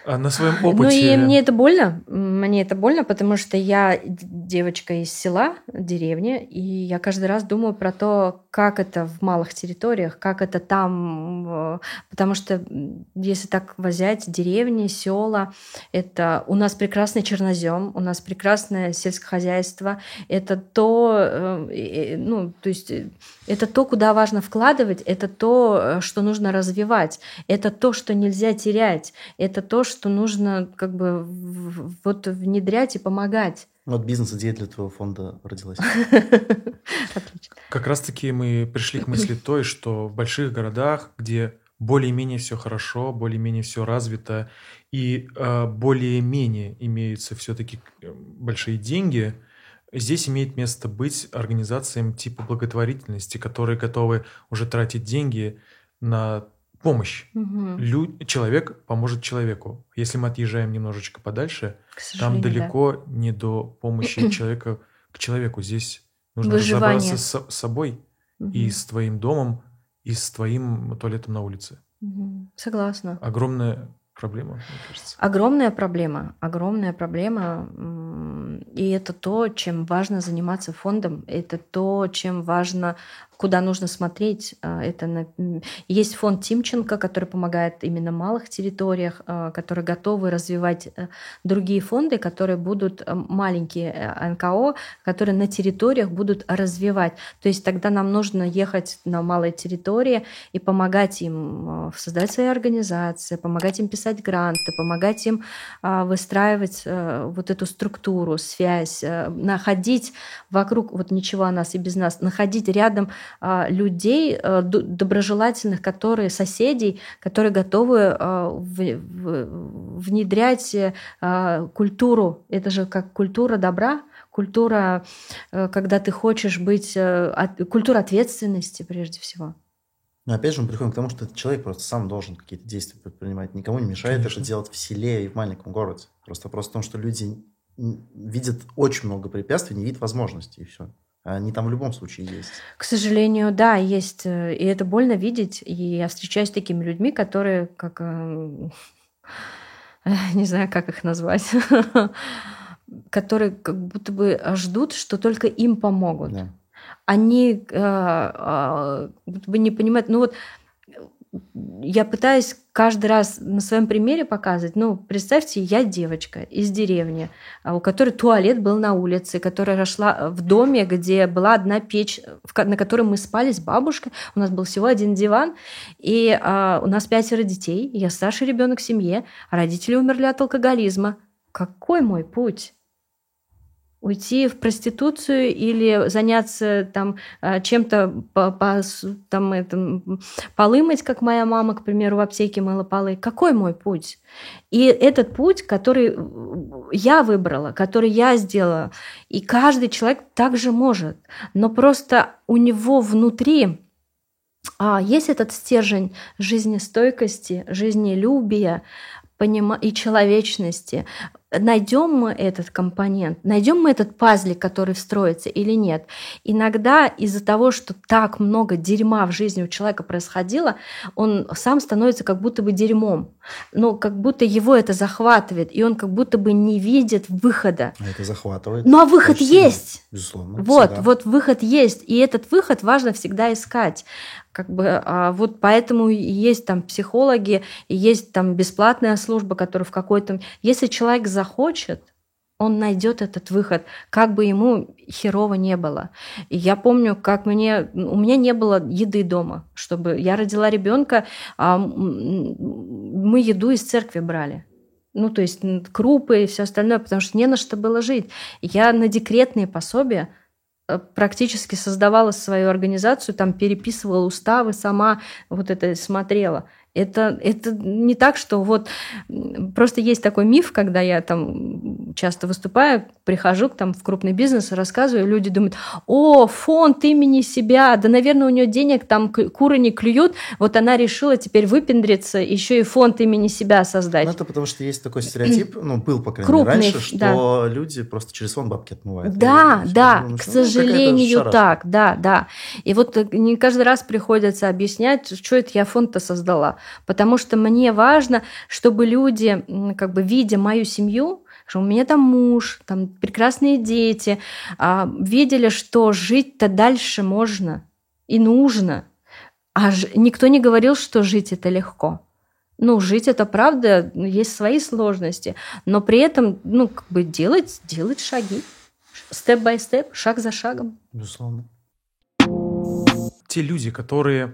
на своем опыте. Ну и мне это больно, мне это больно, потому что я девочка из села, деревни, и я каждый раз думаю про то, как это в малых территориях, как это там, потому что если так взять деревни, села, это у нас прекрасный чернозем, у нас прекрасное сельское хозяйство, это то, ну, то есть это то, куда важно вкладывать, это то, что нужно развивать, это то, что нельзя терять, это то, что нужно как бы вот внедрять и помогать. Вот бизнес-идея для твоего фонда родилась. Отлично. Как раз-таки мы пришли к мысли той, что в больших городах, где более-менее все хорошо, более-менее все развито, и э, более-менее имеются все-таки большие деньги, здесь имеет место быть организациям типа благотворительности, которые готовы уже тратить деньги на помощь. Угу. Лю- человек поможет человеку. Если мы отъезжаем немножечко подальше, там далеко да. не до помощи человека к человеку. Здесь нужно Выживание. разобраться с собой угу. и с твоим домом, и с твоим туалетом на улице. Угу. Согласна. Огромная проблема, мне кажется. Огромная проблема, огромная проблема. И это то, чем важно заниматься фондом. Это то, чем важно, куда нужно смотреть. Это на... Есть фонд Тимченко, который помогает именно в малых территориях, которые готовы развивать другие фонды, которые будут маленькие эн ка о, которые на территориях будут развивать. То есть тогда нам нужно ехать на малые территории и помогать им создать свои организации, помогать им писать гранты, помогать им выстраивать вот эту структуру, связь, находить вокруг, вот ничего о нас и без нас, находить рядом людей доброжелательных, которые соседей, которые готовы внедрять культуру. Это же как культура добра, культура, когда ты хочешь быть, культура ответственности прежде всего. Но опять же мы приходим к тому, что этот человек просто сам должен какие-то действия предпринимать. Никому не мешает Конечно. Это делать в селе и в маленьком городе. Просто вопрос в том, что люди видят очень много препятствий, не видят возможностей, и все. А они там в любом случае есть. К сожалению, да, есть. И это больно видеть. И я встречаюсь с такими людьми, которые, как... Не знаю, как их назвать. Которые как будто бы ждут, что только им помогут. Да. Они э, э, не понимают... Ну вот я пытаюсь каждый раз на своем примере показывать. Ну, представьте, я девочка из деревни, у которой туалет был на улице, которая росла в доме, где была одна печь, на которой мы спали с бабушкой. У нас был всего один диван, и а, у нас пятеро детей. Я старший ребенок в семье, а родители умерли от алкоголизма. Какой мой путь? Уйти в проституцию или заняться там чем-то, по, по, там, это, полы мыть, как моя мама, к примеру, в аптеке мыла полы. Какой мой путь? И этот путь, который я выбрала, который я сделала, и каждый человек также может, но просто у него внутри а, есть этот стержень жизнестойкости, жизнелюбия, и человечности. Найдем мы этот компонент, найдем мы этот пазлик, который встроится или нет. Иногда из-за того, что так много дерьма в жизни у человека происходило, он сам становится как будто бы дерьмом. Но как будто его это захватывает, и он как будто бы не видит выхода. А это захватывает. Ну а выход есть. Безусловно. Вот, всегда. вот выход есть. И этот выход важно всегда искать. Как бы, а вот поэтому и есть там психологи, и есть там бесплатная служба, которая в какой-то... Если человек захочет, он найдет этот выход, как бы ему херово не было. И я помню, как мне... У меня не было еды дома, чтобы... Я родила ребенка, а мы еду из церкви брали. Ну, то есть крупы и все остальное, потому что не на что было жить. Я на декретные пособия практически создавала свою организацию, там переписывала уставы, сама вот это смотрела. Это, это не так, что вот просто есть такой миф, когда я там часто выступаю, прихожу там в крупный бизнес, рассказываю, люди думают: о, фонд имени себя, да, наверное, у нее денег там куры не клюют, вот она решила теперь выпендриться, еще и фонд имени себя создать. Ну, это потому что есть такой стереотип, ну, был, по крайней мере, раньше, что да. люди просто через фонд бабки отмывают. Да, и, да, думаю, к что, сожалению, ну, так, да, да. И вот не каждый раз приходится объяснять, что это я фонд-то создала, потому что мне важно, чтобы люди, как бы видя мою семью, что у меня там муж, там прекрасные дети, видели, что жить-то дальше можно и нужно. А никто не говорил, что жить это легко. Ну, жить это правда, есть свои сложности, но при этом, ну, как бы делать, делать шаги, степ-бай-степ, шаг за шагом. Безусловно. Те люди, которые,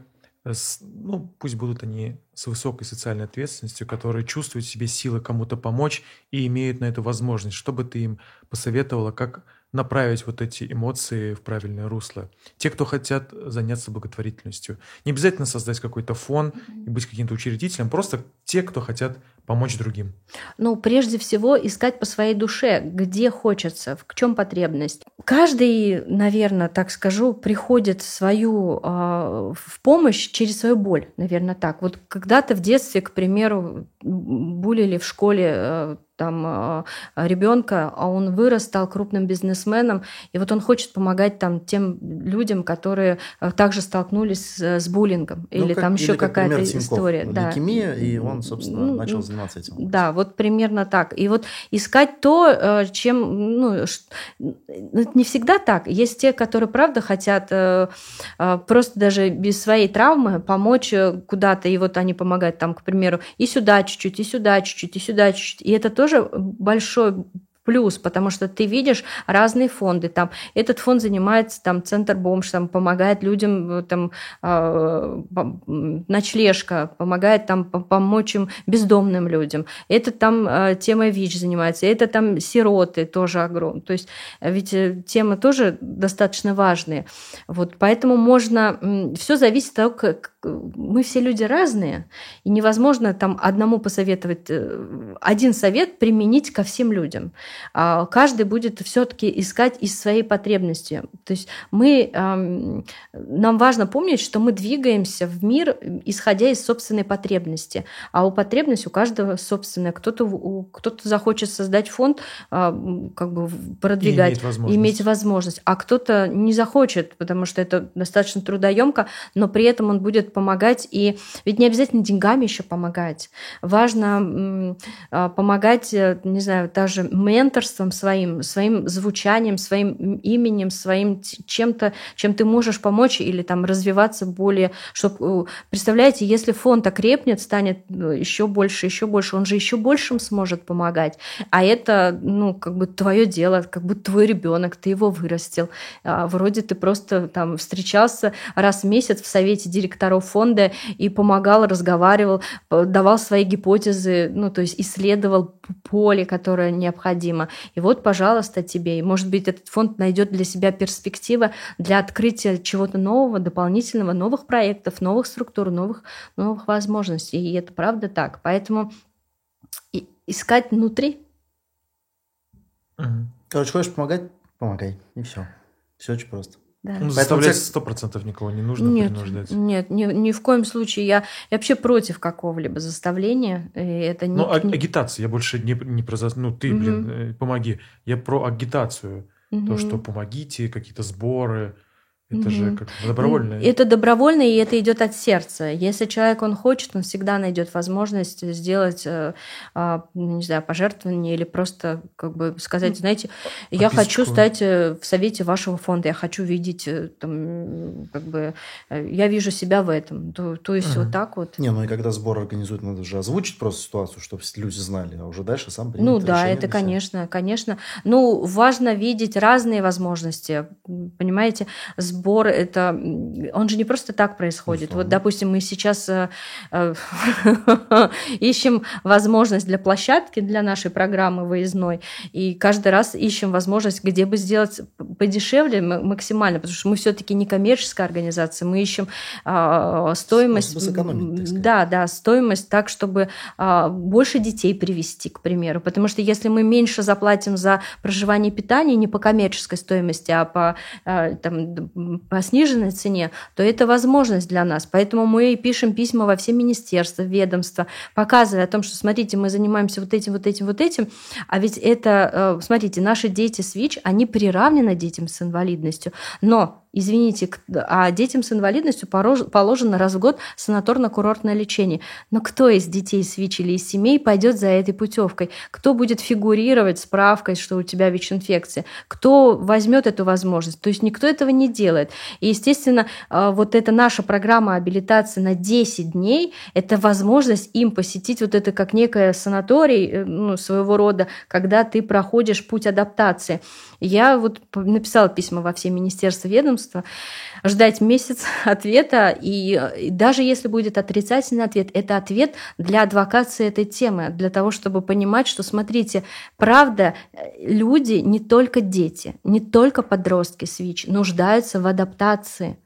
ну, пусть будут они с высокой социальной ответственностью, которые чувствуют в себе силы кому-то помочь и имеют на эту возможность, что бы ты им посоветовала, как направить вот эти эмоции в правильное русло? Те, кто хотят заняться благотворительностью. Не обязательно создать какой-то фонд и быть каким-то учредителем, просто те, кто хотят помочь другим. Ну, прежде всего, искать по своей душе, где хочется, в чем потребность. Каждый, наверное, так скажу, приходит в свою э, в помощь через свою боль, наверное, так. Вот когда-то в детстве, к примеру, булили в школе э, там ребенка, а он вырос, стал крупным бизнесменом, и вот он хочет помогать там тем людям, которые также столкнулись с, с буллингом, ну, или как, там еще или какая-то как история. Да. Лейкемия, и он, собственно, ну, начал заниматься этим. Да, вот примерно так. И вот искать то, чем, ну, не всегда так. Есть те, которые, правда, хотят просто даже без своей травмы помочь куда-то, и вот они помогают там, к примеру, и сюда чуть-чуть, и сюда чуть-чуть, и сюда чуть-чуть. И это тоже тоже большой плюс, потому что ты видишь разные фонды. Там, этот фонд занимается, там, Центр бомж, там, помогает людям, там, э, ночлежка, помогает там, помочь им бездомным людям. Это там э, тема ВИЧ занимается, это там сироты тоже огромные. То есть ведь темы тоже достаточно важные. Вот, поэтому можно... Все зависит от того, как мы все люди разные, и невозможно там одному посоветовать, один совет применить ко всем людям. Каждый будет все-таки искать из своей потребности. То есть мы, нам важно помнить, что мы двигаемся в мир, исходя из собственной потребности. А у потребности у каждого собственная. Кто-то, кто-то захочет создать фонд, как бы продвигать, иметь возможность. иметь возможность, а кто-то не захочет, потому что это достаточно трудоемко, но при этом он будет помогать. И ведь не обязательно деньгами еще помогать. Важно помогать, не знаю, даже менторством своим, своим звучанием, своим именем, своим чем-то, чем ты можешь помочь или там развиваться более. Чтобы, представляете, если фонд окрепнет, станет еще больше, еще больше, он же еще большим сможет помогать. А это, ну, как бы твое дело, как бы твой ребенок, ты его вырастил. Вроде ты просто там встречался раз в месяц в совете директоров фонда и помогал, разговаривал, давал свои гипотезы, ну, то есть исследовал поле, которое необходимо. И вот, пожалуйста, тебе. И, может быть, этот фонд найдет для себя перспективы для открытия чего-то нового, дополнительного, новых проектов, новых структур, новых, новых возможностей. И это правда так. Поэтому искать внутри. Короче, хочешь помогать? Помогай. И все. Все очень просто. Да. Ну, заставлять сто процентов никого не нужно нет, принуждать. Нет, ни, ни в коем случае. Я, я вообще против какого-либо заставления. И это не, ну, а, не... агитация. Я больше не, не про... Ну, ты, угу. блин, помоги. Я про агитацию. Угу. То, что помогите, какие-то сборы. Это угу. же как добровольное. Это добровольно, и это идет от сердца. Если человек, он хочет, он всегда найдет возможность сделать, не знаю, пожертвование или просто как бы сказать, знаете, я Подписку. хочу стать в совете вашего фонда, я хочу видеть, там, как бы, я вижу себя в этом. То, то есть угу. вот так вот. Не, ну и когда сбор организуют, надо же озвучить просто ситуацию, чтобы люди знали, а уже дальше сам примет Ну да, решение это, конечно, конечно. Ну, важно видеть разные возможности, понимаете, сбор сбор, это, он же не просто так происходит. Условно. Вот, допустим, мы сейчас ищем возможность для площадки, для нашей программы выездной, и каждый раз ищем возможность, где бы сделать подешевле максимально, потому что мы все-таки не коммерческая организация, мы ищем стоимость... Да, да, стоимость так, чтобы больше детей привести, к примеру. Потому что если мы меньше заплатим за проживание и питание не по коммерческой стоимости, а по, там, по сниженной цене, то это возможность для нас. Поэтому мы пишем письма во все министерства, ведомства, показывая о том, что, смотрите, мы занимаемся вот этим, вот этим, вот этим, а ведь это, смотрите, наши дети с ВИЧ, они приравнены детям с инвалидностью, но извините, а детям с инвалидностью положено раз в год санаторно-курортное лечение. Но кто из детей с ВИЧ или из семей пойдет за этой путевкой? Кто будет фигурировать справкой, что у тебя ВИЧ-инфекция? Кто возьмет эту возможность? То есть никто этого не делает. И, естественно, вот эта наша программа абилитации на десять дней – это возможность им посетить вот это как некое санаторий, ну, своего рода, когда ты проходишь путь адаптации. Я вот написала письма во все министерства, ведомства, ждать месяц ответа, и даже если будет отрицательный ответ, это ответ для адвокации этой темы, для того, чтобы понимать, что, смотрите, правда, люди, не только дети, не только подростки с ВИЧ, нуждаются в адаптации.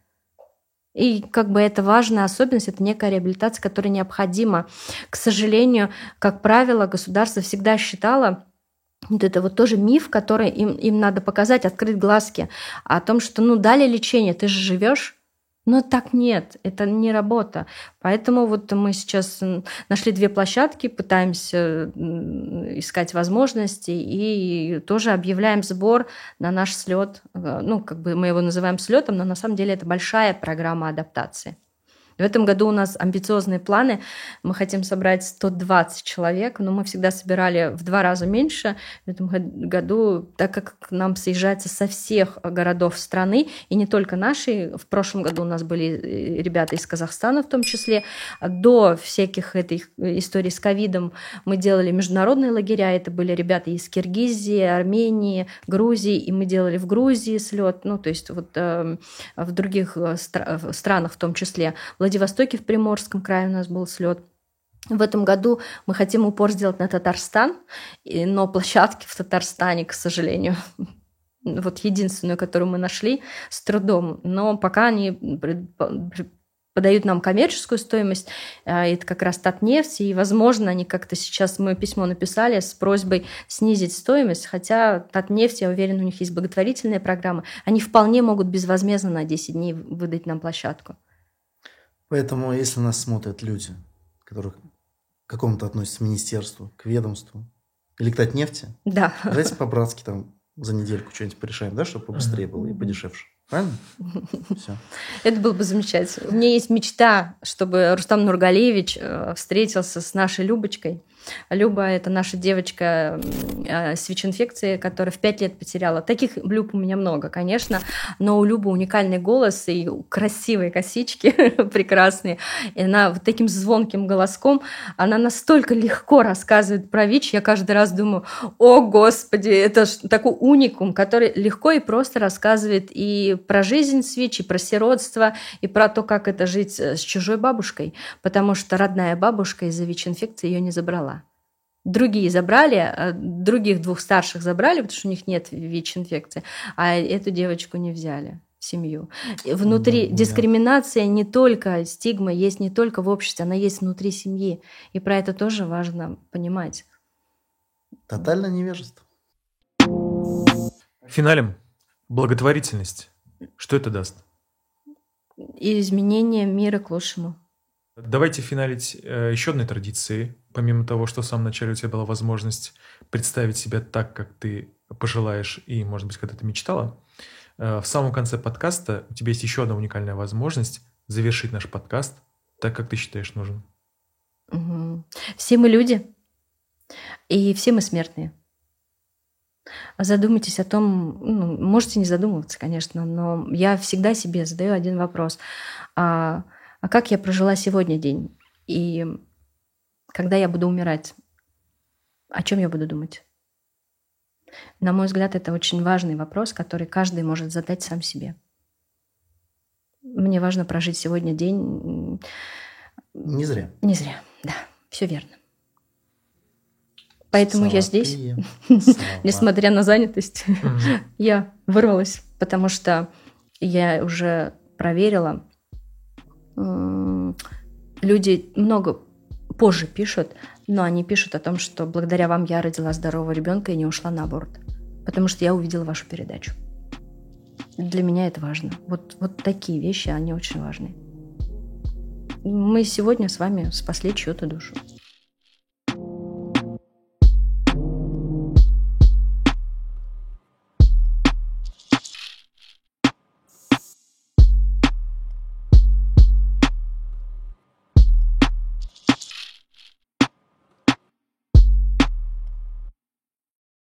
И как бы это важная особенность, это некая реабилитация, которая необходима. К сожалению, как правило, государство всегда считало, вот это вот тоже миф, который им, им надо показать, открыть глазки о том, что ну дали лечение, ты же живешь. Но так нет, это не работа. Поэтому вот мы сейчас нашли две площадки, пытаемся искать возможности и тоже объявляем сбор на наш слет. Ну, как бы мы его называем слетом, но на самом деле это большая программа адаптации. В этом году у нас амбициозные планы. Мы хотим собрать сто двадцать человек, но мы всегда собирали в два раза меньше. В этом году, так как к нам съезжается со всех городов страны, и не только наши, в прошлом году у нас были ребята из Казахстана в том числе, до всяких этих историй с ковидом мы делали международные лагеря, это были ребята из Киргизии, Армении, Грузии, и мы делали в Грузии слет, ну то есть вот э, в других стра- странах в том числе. В Владивостоке, в Приморском крае у нас был слет. В этом году мы хотим упор сделать на Татарстан, но площадки в Татарстане, к сожалению, вот единственную, которую мы нашли, с трудом. Но пока они подают нам коммерческую стоимость, это как раз Татнефть, и, возможно, они как-то сейчас, мы письмо написали с просьбой снизить стоимость, хотя Татнефть, я уверена, у них есть благотворительная программа, они вполне могут безвозмездно на десять дней выдать нам площадку. Поэтому, если нас смотрят люди, которые к какому-то относятся к министерству, к ведомству или к Татнефти, да. давайте по-братски там за недельку что-нибудь порешаем, да, чтобы побыстрее было и подешевше. Правильно? Все. Это было бы замечательно. У меня есть мечта, чтобы Рустам Нургалиевич встретился с нашей Любочкой. Люба – это наша девочка с ВИЧ-инфекцией, которая в пять лет потеряла. Таких Люб у меня много, конечно, но у Любы уникальный голос и красивые косички прекрасные. И она вот таким звонким голоском, она настолько легко рассказывает про ВИЧ, я каждый раз думаю, о, Господи, это такой уникум, который легко и просто рассказывает и про жизнь с ВИЧ, и про сиротство, и про то, как это жить с чужой бабушкой, потому что родная бабушка из-за ВИЧ-инфекции ее не забрала. Другие забрали, других двух старших забрали, потому что у них нет ВИЧ-инфекции, а эту девочку не взяли в семью. Внутри ну, дискриминация да. не только, стигма есть не только в обществе, она есть внутри семьи. И про это тоже важно понимать. Тотальное невежество. Финалем. Благотворительность. Что это даст? И изменение мира к лучшему. Давайте финалить э, еще одной традицией. Помимо того, что в самом начале у тебя была возможность представить себя так, как ты пожелаешь, и, может быть, когда ты мечтала, э, в самом конце подкаста у тебя есть еще одна уникальная возможность завершить наш подкаст так, как ты считаешь нужным. Угу. Все мы люди, и все мы смертные. Задумайтесь о том, ну, можете не задумываться, конечно, но я всегда себе задаю один вопрос. А, а как я прожила сегодня день? И когда я буду умирать, о чем я буду думать? На мой взгляд, это очень важный вопрос, который каждый может задать сам себе. Мне важно прожить сегодня день... Не зря. Не зря, да, все верно. Поэтому Золотые я здесь, слова. несмотря на занятость, Мгм. я вырвалась, потому что я уже проверила. М, Люди много позже пишут, но они пишут о том, что благодаря вам я родила здорового ребенка и не ушла на аборт, потому что я увидела вашу передачу. Для меня это важно. Вот, вот такие вещи, они очень важны. Мы сегодня с вами спасли чью-то душу.